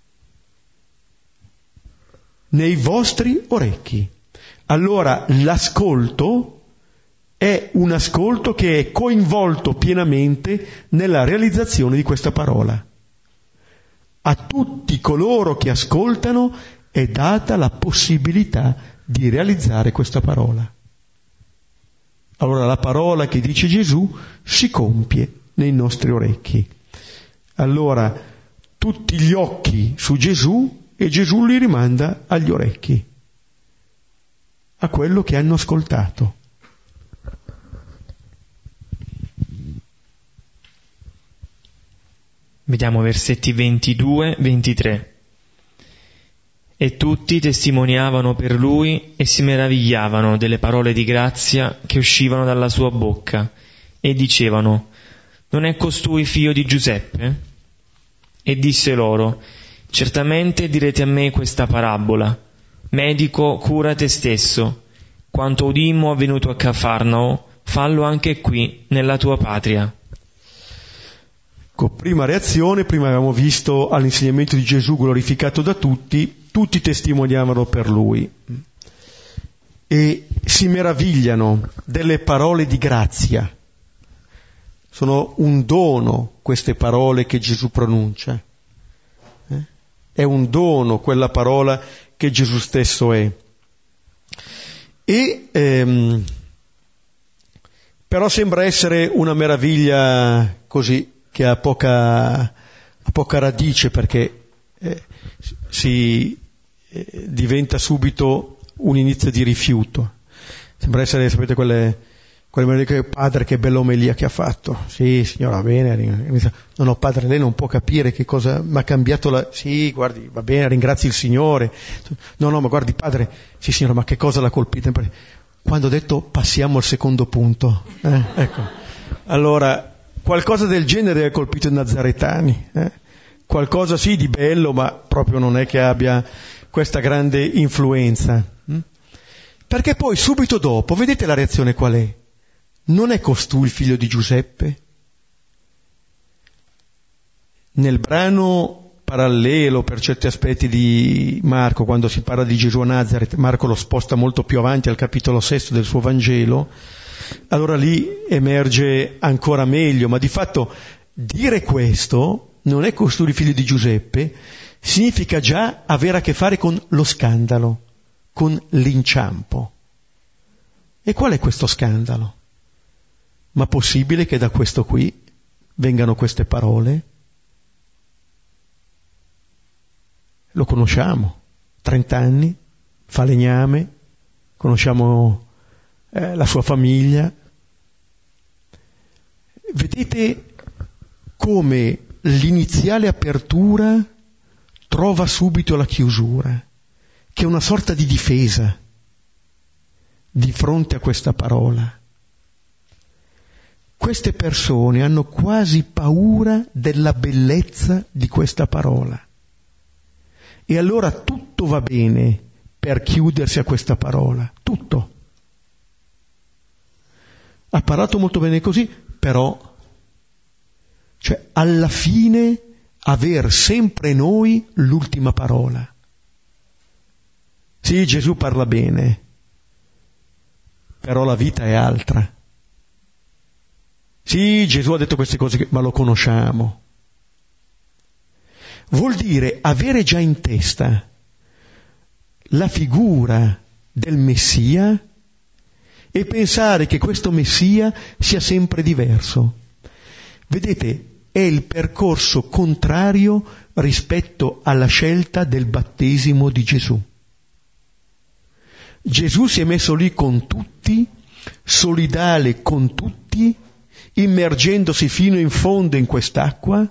Nei vostri orecchi. Allora l'ascolto è un ascolto che è coinvolto pienamente nella realizzazione di questa parola. A tutti coloro che ascoltano è data la possibilità di realizzare questa parola. Allora la parola che dice Gesù si compie nei nostri orecchi. Allora tutti gli occhi su Gesù e Gesù li rimanda agli orecchi. a quello che hanno ascoltato. Vediamo versetti ventidue ventitré. E tutti testimoniavano per lui e si meravigliavano delle parole di grazia che uscivano dalla sua bocca e dicevano: non è costui figlio di Giuseppe? E disse loro: certamente direte a me questa parabola: medico, cura te stesso, quanto udimmo avvenuto a Cafarnao, fallo anche qui nella tua patria. Ecco, prima reazione, prima avevamo visto all'insegnamento di Gesù glorificato da tutti, tutti testimoniavano per lui e si meravigliano delle parole di grazia. Sono un dono queste parole che Gesù pronuncia. Eh? È un dono quella parola che Gesù stesso è. E ehm, però sembra essere una meraviglia così, che ha poca, ha poca radice, perché eh, si eh, diventa subito un inizio di rifiuto. Sembra essere, sapete, quelle, quelle che padre, che bella omelia che ha fatto. Sì, signora, va bene. No, no, padre, lei non può capire che cosa mi ha cambiato la... Sì, guardi, va bene, ringrazi il Signore. No, no, ma guardi, padre, sì, signora, ma che cosa l'ha colpita? Quando ho detto passiamo al secondo punto. Eh, ecco. Allora... qualcosa del genere ha colpito i nazaretani, eh? Qualcosa sì di bello, ma proprio non è che abbia questa grande influenza. Hm? Perché poi subito dopo, vedete la reazione qual è? Non è costui il figlio di Giuseppe? Nel brano parallelo per certi aspetti di Marco, quando si parla di Gesù a Nazaret, Marco lo sposta molto più avanti al capitolo sesto del suo Vangelo, allora lì emerge ancora meglio, ma di fatto dire questo, non è costui figlio di Giuseppe, significa già avere a che fare con lo scandalo, con l'inciampo. E qual è questo scandalo? Ma possibile che da questo qui vengano queste parole? Lo conosciamo, trent'anni, falegname, conosciamo Eh, la sua famiglia. Vedete come l'iniziale apertura trova subito la chiusura, che è una sorta di difesa di fronte a questa parola. Queste persone hanno quasi paura della bellezza di questa parola e allora tutto va bene per chiudersi a questa parola, tutto. Ha parlato molto bene così, però, cioè, alla fine aver sempre noi l'ultima parola. Sì, Gesù parla bene, però la vita è altra. Sì, Gesù ha detto queste cose, ma lo conosciamo. Vuol dire avere già in testa la figura del Messia e pensare che questo Messia sia sempre diverso. Vedete, è il percorso contrario rispetto alla scelta del battesimo di Gesù. Gesù si è messo lì con tutti, solidale con tutti, immergendosi fino in fondo in quest'acqua,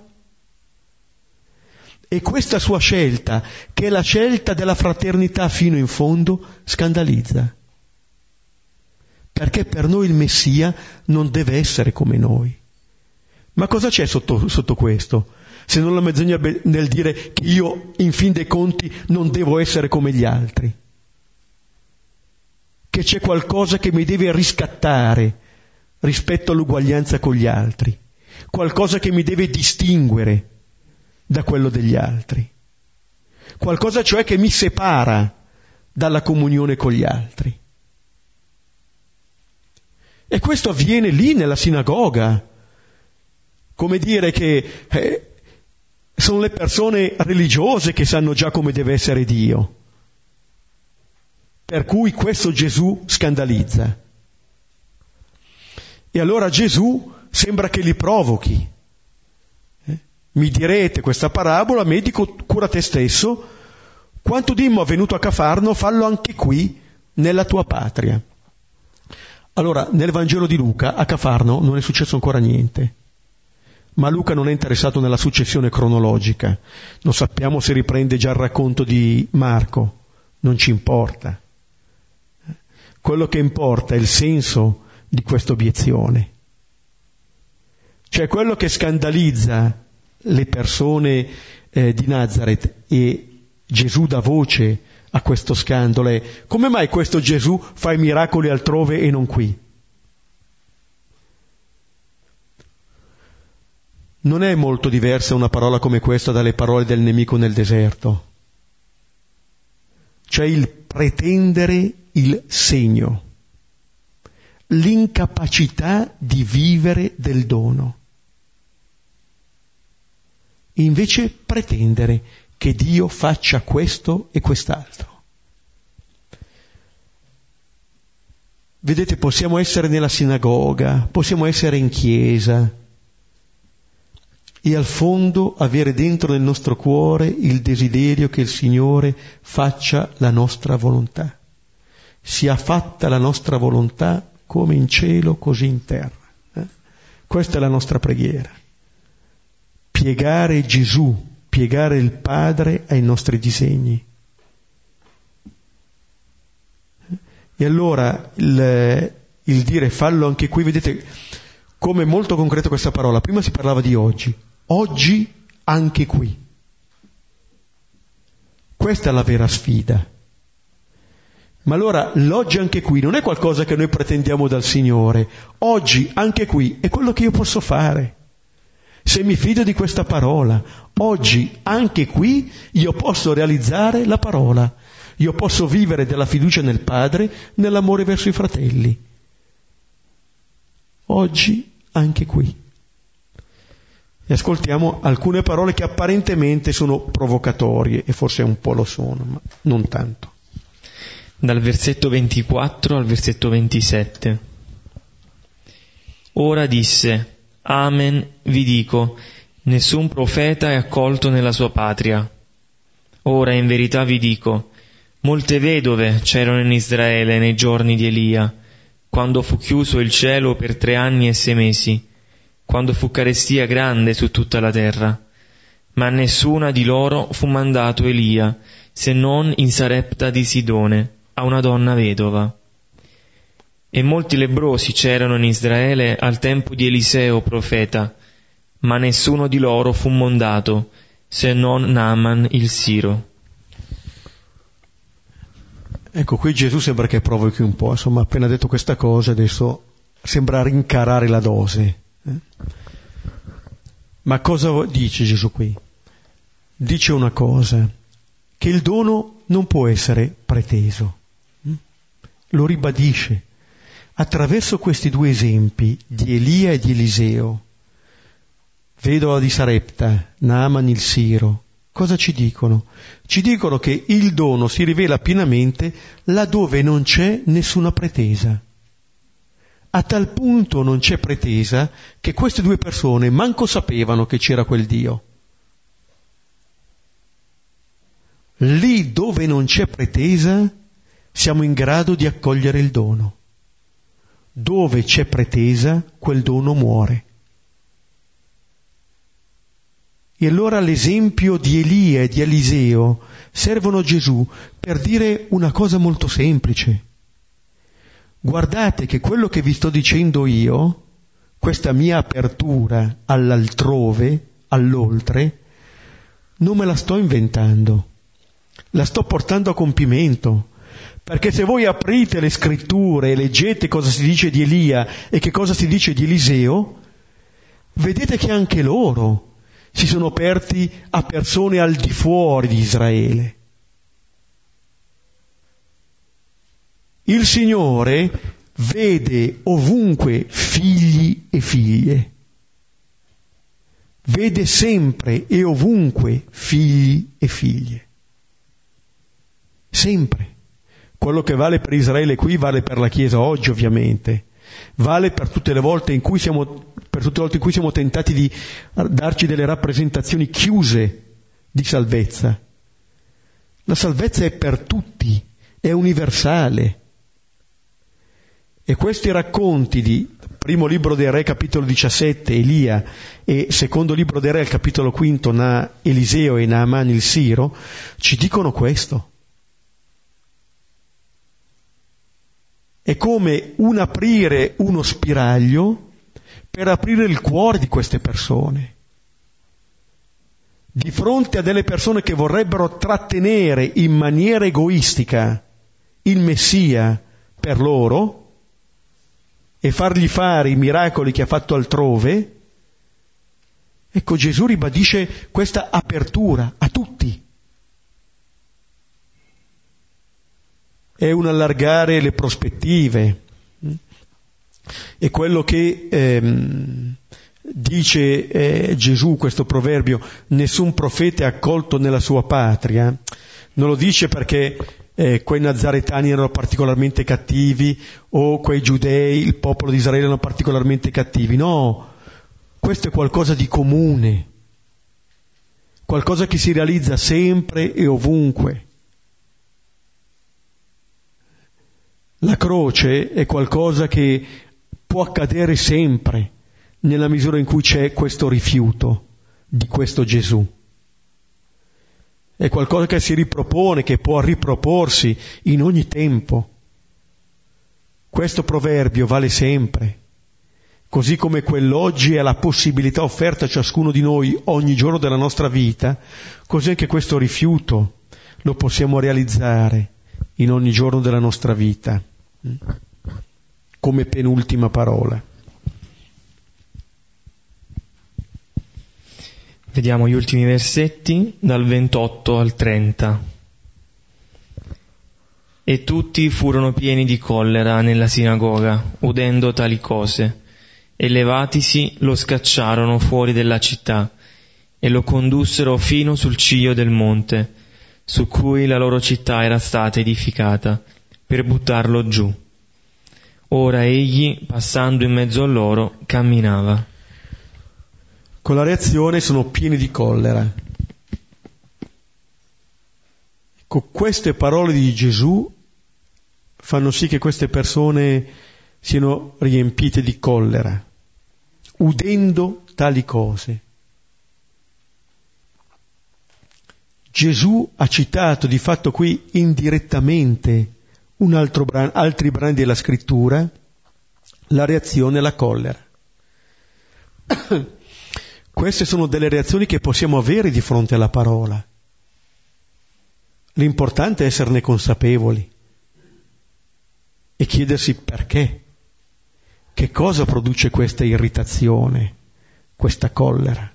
e questa sua scelta, che è la scelta della fraternità fino in fondo, scandalizza. Perché per noi il Messia non deve essere come noi. Ma cosa c'è sotto, sotto questo? Se non la menzogna nel dire che io, in fin dei conti, non devo essere come gli altri. Che c'è qualcosa che mi deve riscattare rispetto all'uguaglianza con gli altri. Qualcosa che mi deve distinguere da quello degli altri. Qualcosa cioè che mi separa dalla comunione con gli altri. E questo avviene lì nella sinagoga. Come dire che eh, sono le persone religiose che sanno già come deve essere Dio. Per cui questo Gesù scandalizza. E allora Gesù sembra che li provochi. Eh? Mi direte questa parabola, medico, cura te stesso. Quanto dimmo avvenuto a Cafarno, fallo anche qui nella tua patria. Allora, nel Vangelo di Luca, a Cafarno non è successo ancora niente. Ma Luca non è interessato nella successione cronologica. Non sappiamo se riprende già il racconto di Marco. Non ci importa. Quello che importa è il senso di questa obiezione. Cioè quello che scandalizza le persone eh, di Nazareth e Gesù dà voce a questo scandalo è: come mai questo Gesù fa i miracoli altrove e non qui? Non è molto diversa una parola come questa dalle parole del nemico nel deserto. Cioè il pretendere il segno, l'incapacità di vivere del dono. E invece pretendere che Dio faccia questo e quest'altro. Vedete, possiamo essere nella sinagoga, possiamo essere in chiesa e al fondo avere dentro nel nostro cuore il desiderio che il Signore faccia la nostra volontà. Sia fatta la nostra volontà come in cielo, così in terra. Eh? Questa è la nostra preghiera. Piegare Gesù, piegare il Padre ai nostri disegni. E allora il, il dire fallo anche qui, vedete come è molto concreta questa parola. Prima si parlava di oggi. Oggi anche qui. Questa è la vera sfida. Ma allora l'oggi anche qui non è qualcosa che noi pretendiamo dal Signore. Oggi anche qui è quello che io posso fare. Se mi fido di questa parola, oggi anche qui io posso realizzare la parola. Io posso vivere della fiducia nel Padre, nell'amore verso i fratelli. Oggi anche qui. E ascoltiamo alcune parole che apparentemente sono provocatorie, e forse un po' lo sono, ma non tanto. Dal versetto ventiquattro al versetto ventisette. Ora disse: Amen, vi dico, nessun profeta è accolto nella sua patria. Ora in verità vi dico, molte vedove c'erano in Israele nei giorni di Elia, quando fu chiuso il cielo per tre anni e sei mesi, quando fu carestia grande su tutta la terra. Ma a nessuna di loro fu mandato Elia, se non in Sarepta di Sidone, a una donna vedova. E molti lebbrosi c'erano in Israele al tempo di Eliseo profeta, ma nessuno di loro fu mondato, se non Naaman il Siro. Ecco, qui Gesù sembra che provochi un po', insomma, appena detto questa cosa, adesso sembra rincarare la dose. Eh? Ma cosa dice Gesù qui? Dice una cosa, che il dono non può essere preteso. Lo ribadisce. Attraverso questi due esempi di Elia e di Eliseo, vedova di Sarepta, Naaman il Siro, cosa ci dicono? Ci dicono che il dono si rivela pienamente laddove non c'è nessuna pretesa. A tal punto non c'è pretesa che queste due persone manco sapevano che c'era quel Dio. Lì dove non c'è pretesa siamo in grado di accogliere il dono. Dove c'è pretesa, quel dono muore. E allora l'esempio di Elia e di Eliseo servono a Gesù per dire una cosa molto semplice. Guardate che quello che vi sto dicendo io, questa mia apertura all'altrove, all'oltre, non me la sto inventando, la sto portando a compimento. Perché se voi aprite le scritture e leggete cosa si dice di Elia e che cosa si dice di Eliseo, vedete che anche loro si sono aperti a persone al di fuori di Israele. Il Signore vede ovunque figli e figlie. Vede sempre e ovunque figli e figlie. Sempre. Quello che vale per Israele qui vale per la Chiesa oggi, ovviamente. Vale per tutte le volte in cui siamo, per tutte le volte in cui siamo tentati di darci delle rappresentazioni chiuse di salvezza. La salvezza è per tutti, è universale. E questi racconti di primo libro dei Re, capitolo diciassette, Elia, e secondo libro dei Re, al capitolo quinto, Na, Eliseo e Naaman il Siro, ci dicono questo. È come un aprire uno spiraglio per aprire il cuore di queste persone. Di fronte a delle persone che vorrebbero trattenere in maniera egoistica il Messia per loro e fargli fare i miracoli che ha fatto altrove, ecco, Gesù ribadisce questa apertura a tutti. È un allargare le prospettive. È quello che ehm, dice eh, Gesù, questo proverbio: nessun profeta è accolto nella sua patria. Non lo dice perché eh, quei nazaretani erano particolarmente cattivi o quei giudei, il popolo di Israele, erano particolarmente cattivi. No, questo è qualcosa di comune, qualcosa che si realizza sempre e ovunque. La croce è qualcosa che può accadere sempre nella misura in cui c'è questo rifiuto di questo Gesù. È qualcosa che si ripropone, che può riproporsi in ogni tempo. Questo proverbio vale sempre, così come quell'oggi è la possibilità offerta a ciascuno di noi ogni giorno della nostra vita, così anche questo rifiuto lo possiamo realizzare in ogni giorno della nostra vita, come penultima parola. Vediamo gli ultimi versetti dal ventotto al trenta. E tutti furono pieni di collera nella sinagoga, udendo tali cose, e levatisi lo scacciarono fuori della città e lo condussero fino sul ciglio del monte, su cui la loro città era stata edificata, per buttarlo giù. Ora egli, passando in mezzo a loro, camminava. Con la reazione sono pieni di collera. Ecco, queste parole di Gesù fanno sì che queste persone siano riempite di collera, udendo tali cose. Gesù ha citato di fatto qui indirettamente un altro brano, altri brani della scrittura, la reazione alla collera. Queste sono delle reazioni che possiamo avere di fronte alla parola. L'importante è esserne consapevoli e chiedersi perché. Che cosa produce questa irritazione, questa collera?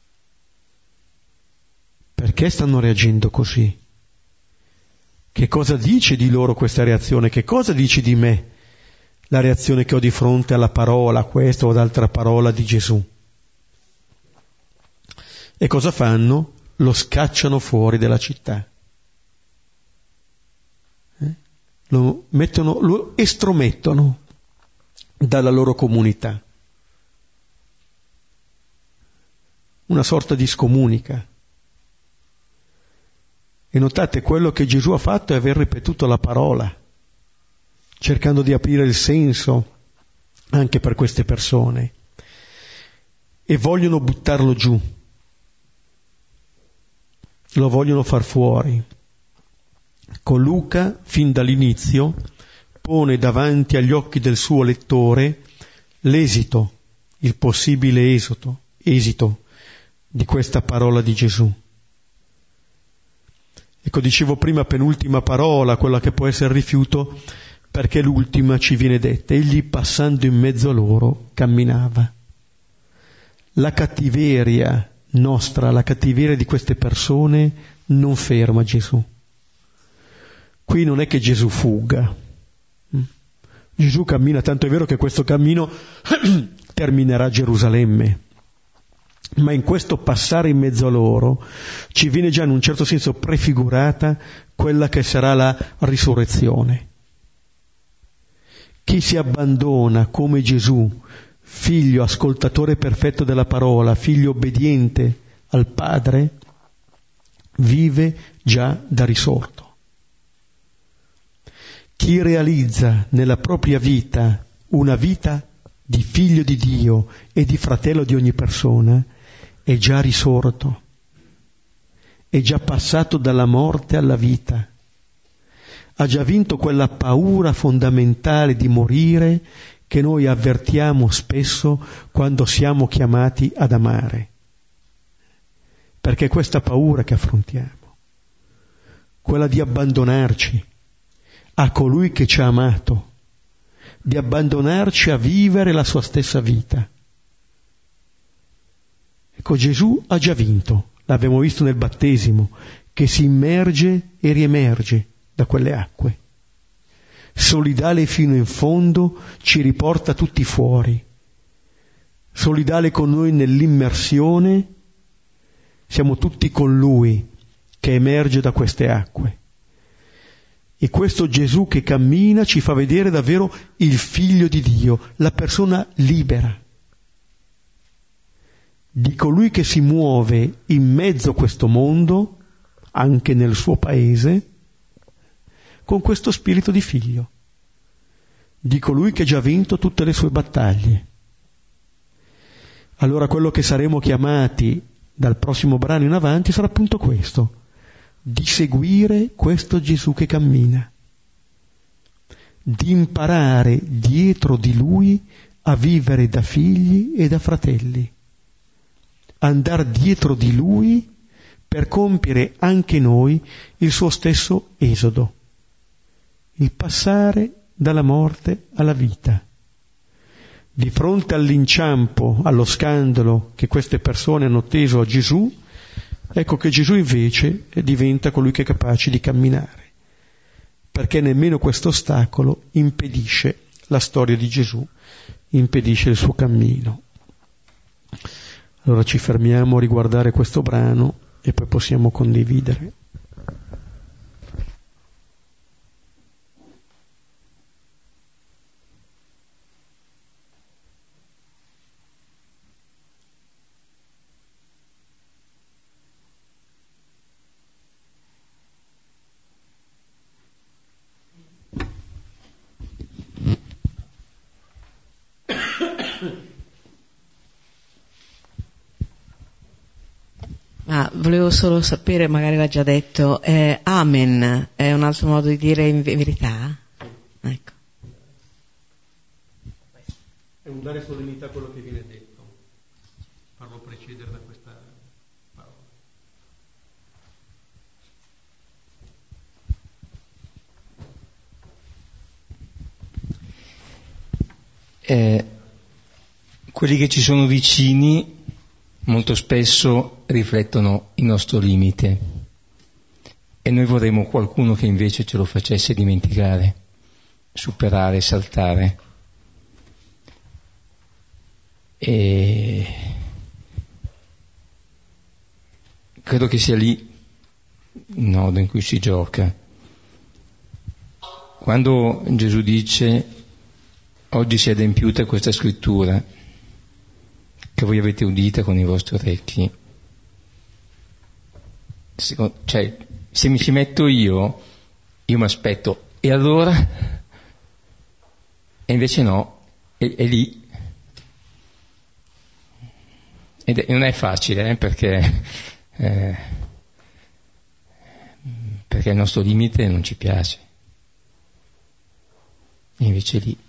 Perché stanno reagendo così? Che cosa dice di loro questa reazione? Che cosa dice di me la reazione che ho di fronte alla parola, questa o ad altra parola di Gesù? E cosa fanno? Lo scacciano fuori dalla città. Eh? Lo mettono, lo estromettono dalla loro comunità. Una sorta di scomunica. E notate, quello che Gesù ha fatto è aver ripetuto la parola, cercando di aprire il senso anche per queste persone. E vogliono buttarlo giù. Lo vogliono far fuori. Con Luca, fin dall'inizio, pone davanti agli occhi del suo lettore l'esito, il possibile esito, esito di questa parola di Gesù. Ecco, dicevo prima penultima parola, quella che può essere rifiuto, perché l'ultima ci viene detta. Egli, passando in mezzo a loro, camminava. La cattiveria nostra, la cattiveria di queste persone non ferma Gesù. Qui non è che Gesù fugga. Gesù cammina, tanto è vero che questo cammino terminerà a Gerusalemme. Ma in questo passare in mezzo a loro ci viene già in un certo senso prefigurata quella che sarà la risurrezione. Chi si abbandona come Gesù, figlio ascoltatore perfetto della parola, figlio obbediente al Padre, vive già da risorto. Chi realizza nella propria vita una vita di figlio di Dio e di fratello di ogni persona è già risorto, è già passato dalla morte alla vita, ha già vinto quella paura fondamentale di morire che noi avvertiamo spesso quando siamo chiamati ad amare. Perché è questa paura che affrontiamo, quella di abbandonarci a colui che ci ha amato, di abbandonarci a vivere la sua stessa vita. Ecco, Gesù ha già vinto, l'abbiamo visto nel battesimo, che si immerge e riemerge da quelle acque. Solidale fino in fondo, ci riporta tutti fuori. Solidale con noi nell'immersione, siamo tutti con Lui che emerge da queste acque. E questo Gesù che cammina ci fa vedere davvero il Figlio di Dio, la persona libera, di colui che si muove in mezzo a questo mondo, anche nel suo paese, con questo spirito di figlio, di colui che ha già vinto tutte le sue battaglie. Allora quello che saremo chiamati dal prossimo brano in avanti sarà appunto questo, di seguire questo Gesù che cammina, di imparare dietro di Lui a vivere da figli e da fratelli, andare dietro di Lui per compiere anche noi il suo stesso esodo, il passare dalla morte alla vita. Di fronte all'inciampo, allo scandalo che queste persone hanno teso a Gesù, ecco che Gesù invece diventa colui che è capace di camminare, perché nemmeno questo ostacolo impedisce la storia di Gesù, impedisce il suo cammino. Allora ci fermiamo a riguardare questo brano e poi possiamo condividere. Ah, volevo solo sapere, magari l'ha già detto, eh, amen è un altro modo di dire in verità? Ecco. È un dare solennità a quello che viene detto, farlo precedere da questa parola. Eh, quelli che ci sono vicini molto spesso riflettono il nostro limite e noi vorremmo qualcuno che invece ce lo facesse dimenticare, superare, saltare. E credo che sia lì il nodo in cui si gioca. Quando Gesù dice oggi si è adempiuta questa scrittura che voi avete udita con i vostri orecchi, cioè se mi ci metto io io mi aspetto e allora e invece no, è, è lì. Ed è, non è facile, eh, perché eh, perché il nostro limite non ci piace, e invece è lì.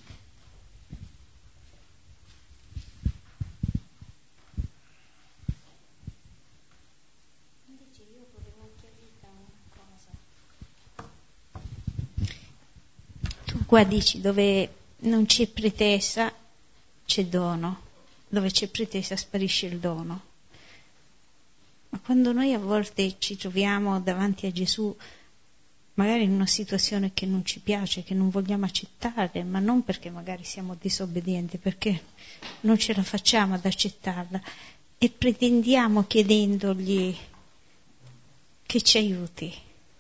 Qua dici dove non c'è pretesa c'è dono, dove c'è pretesa sparisce il dono. Ma quando noi a volte ci troviamo davanti a Gesù, magari in una situazione che non ci piace, che non vogliamo accettare, ma non perché magari siamo disobbedienti, perché non ce la facciamo ad accettarla, e pretendiamo chiedendogli che ci aiuti.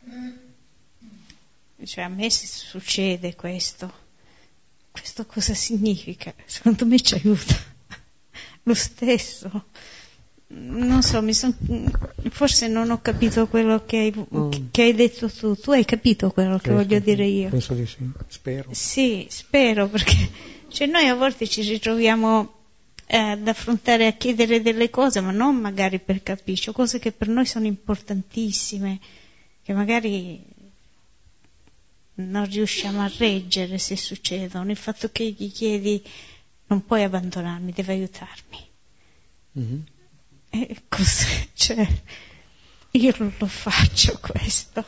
Cioè, a me succede questo, questo cosa significa? Secondo me ci aiuta lo stesso, non so, mi son, forse non ho capito quello che hai, mm. che hai detto tu. Tu hai capito quello certo, che voglio dire io? Penso di sì, spero. Sì, spero, perché cioè, noi a volte ci ritroviamo eh, ad affrontare, a chiedere delle cose, ma non magari per capriccio, cose che per noi sono importantissime, che magari non riusciamo a reggere se succedono. Il fatto che gli chiedi non puoi abbandonarmi, devi aiutarmi. Mm-hmm. E così, cioè, io non lo faccio questo.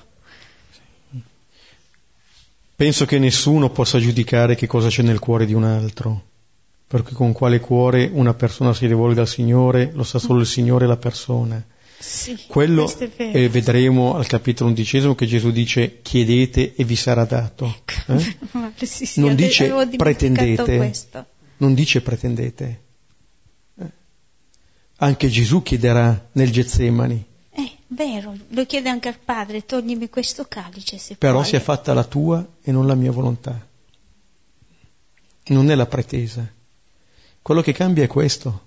Penso che nessuno possa giudicare che cosa c'è nel cuore di un altro, perché con quale cuore una persona si rivolga al Signore lo sa solo il Signore e la persona. Sì, quello eh, vedremo al capitolo undicesimo che Gesù dice chiedete e vi sarà dato. Eh? sì, sì, non dice pretendete, questo. non dice pretendete. Anche Gesù chiederà nel Getsemani. È vero, lo chiede anche al Padre, toglimi questo calice se Però puoi. sia fatta la tua e non la mia volontà. Non è la pretesa. Quello che cambia è questo.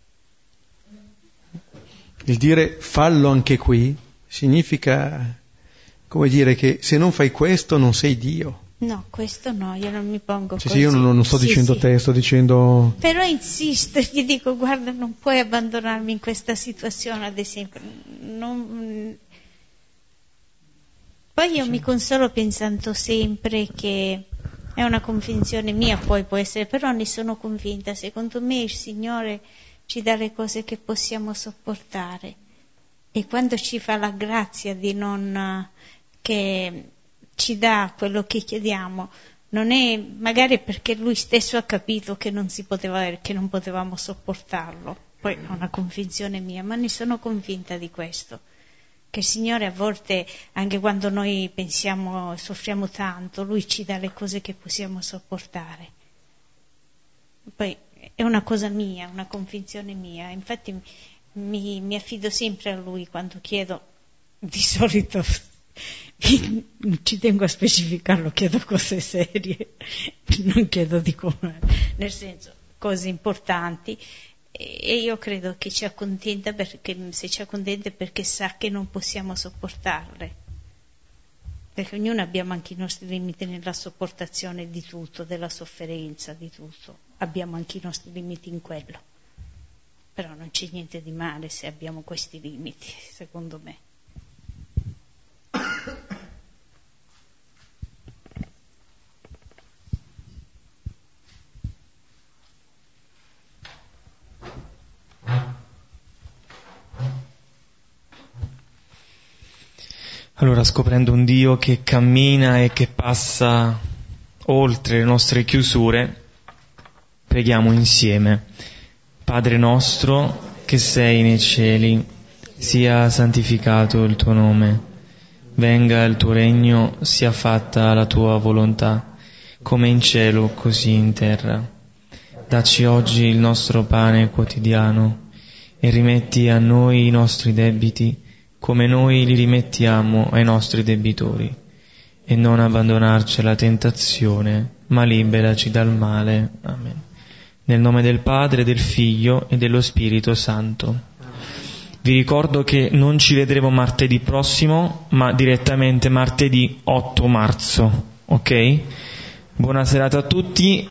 Il dire fallo anche qui significa, come dire, che se non fai questo non sei Dio. No, questo no, io non mi pongo sì, così. Sì, io non, non sto sì, dicendo sì. te, sto dicendo... Però insisto, gli dico, guarda, non puoi abbandonarmi in questa situazione, ad esempio. Non... Poi io sì. mi consolo pensando sempre che è una convinzione mia, poi può essere, però ne sono convinta, secondo me il Signore ci dà le cose che possiamo sopportare. E quando ci fa la grazia di non... che... ci dà quello che chiediamo, non è magari perché lui stesso ha capito che non si poteva, che non potevamo sopportarlo, poi è una convinzione mia, ma ne sono convinta di questo, che il Signore a volte, anche quando noi pensiamo e soffriamo tanto, lui ci dà le cose che possiamo sopportare. Poi è una cosa mia, una convinzione mia, infatti mi, mi affido sempre a lui quando chiedo, di solito ci tengo a specificarlo, chiedo cose serie, non chiedo di come, nel senso cose importanti, e io credo che ci accontenta, perché se ci accontenta è perché sa che non possiamo sopportarle, perché ognuno abbiamo anche i nostri limiti nella sopportazione di tutto, della sofferenza, di tutto, abbiamo anche i nostri limiti in quello, però non c'è niente di male se abbiamo questi limiti, secondo me. Allora, scoprendo un Dio che cammina e che passa oltre le nostre chiusure, preghiamo insieme. Padre nostro che sei nei cieli, sia santificato il tuo nome, venga il tuo regno, sia fatta la tua volontà, come in cielo così in terra. Dacci oggi il nostro pane quotidiano e rimetti a noi i nostri debiti, come noi li rimettiamo ai nostri debitori, e non abbandonarci alla tentazione, ma liberaci dal male. Amen. Nel nome del Padre, del Figlio e dello Spirito Santo. Vi ricordo che non ci vedremo martedì prossimo, ma direttamente martedì otto marzo, ok? Buona serata a tutti.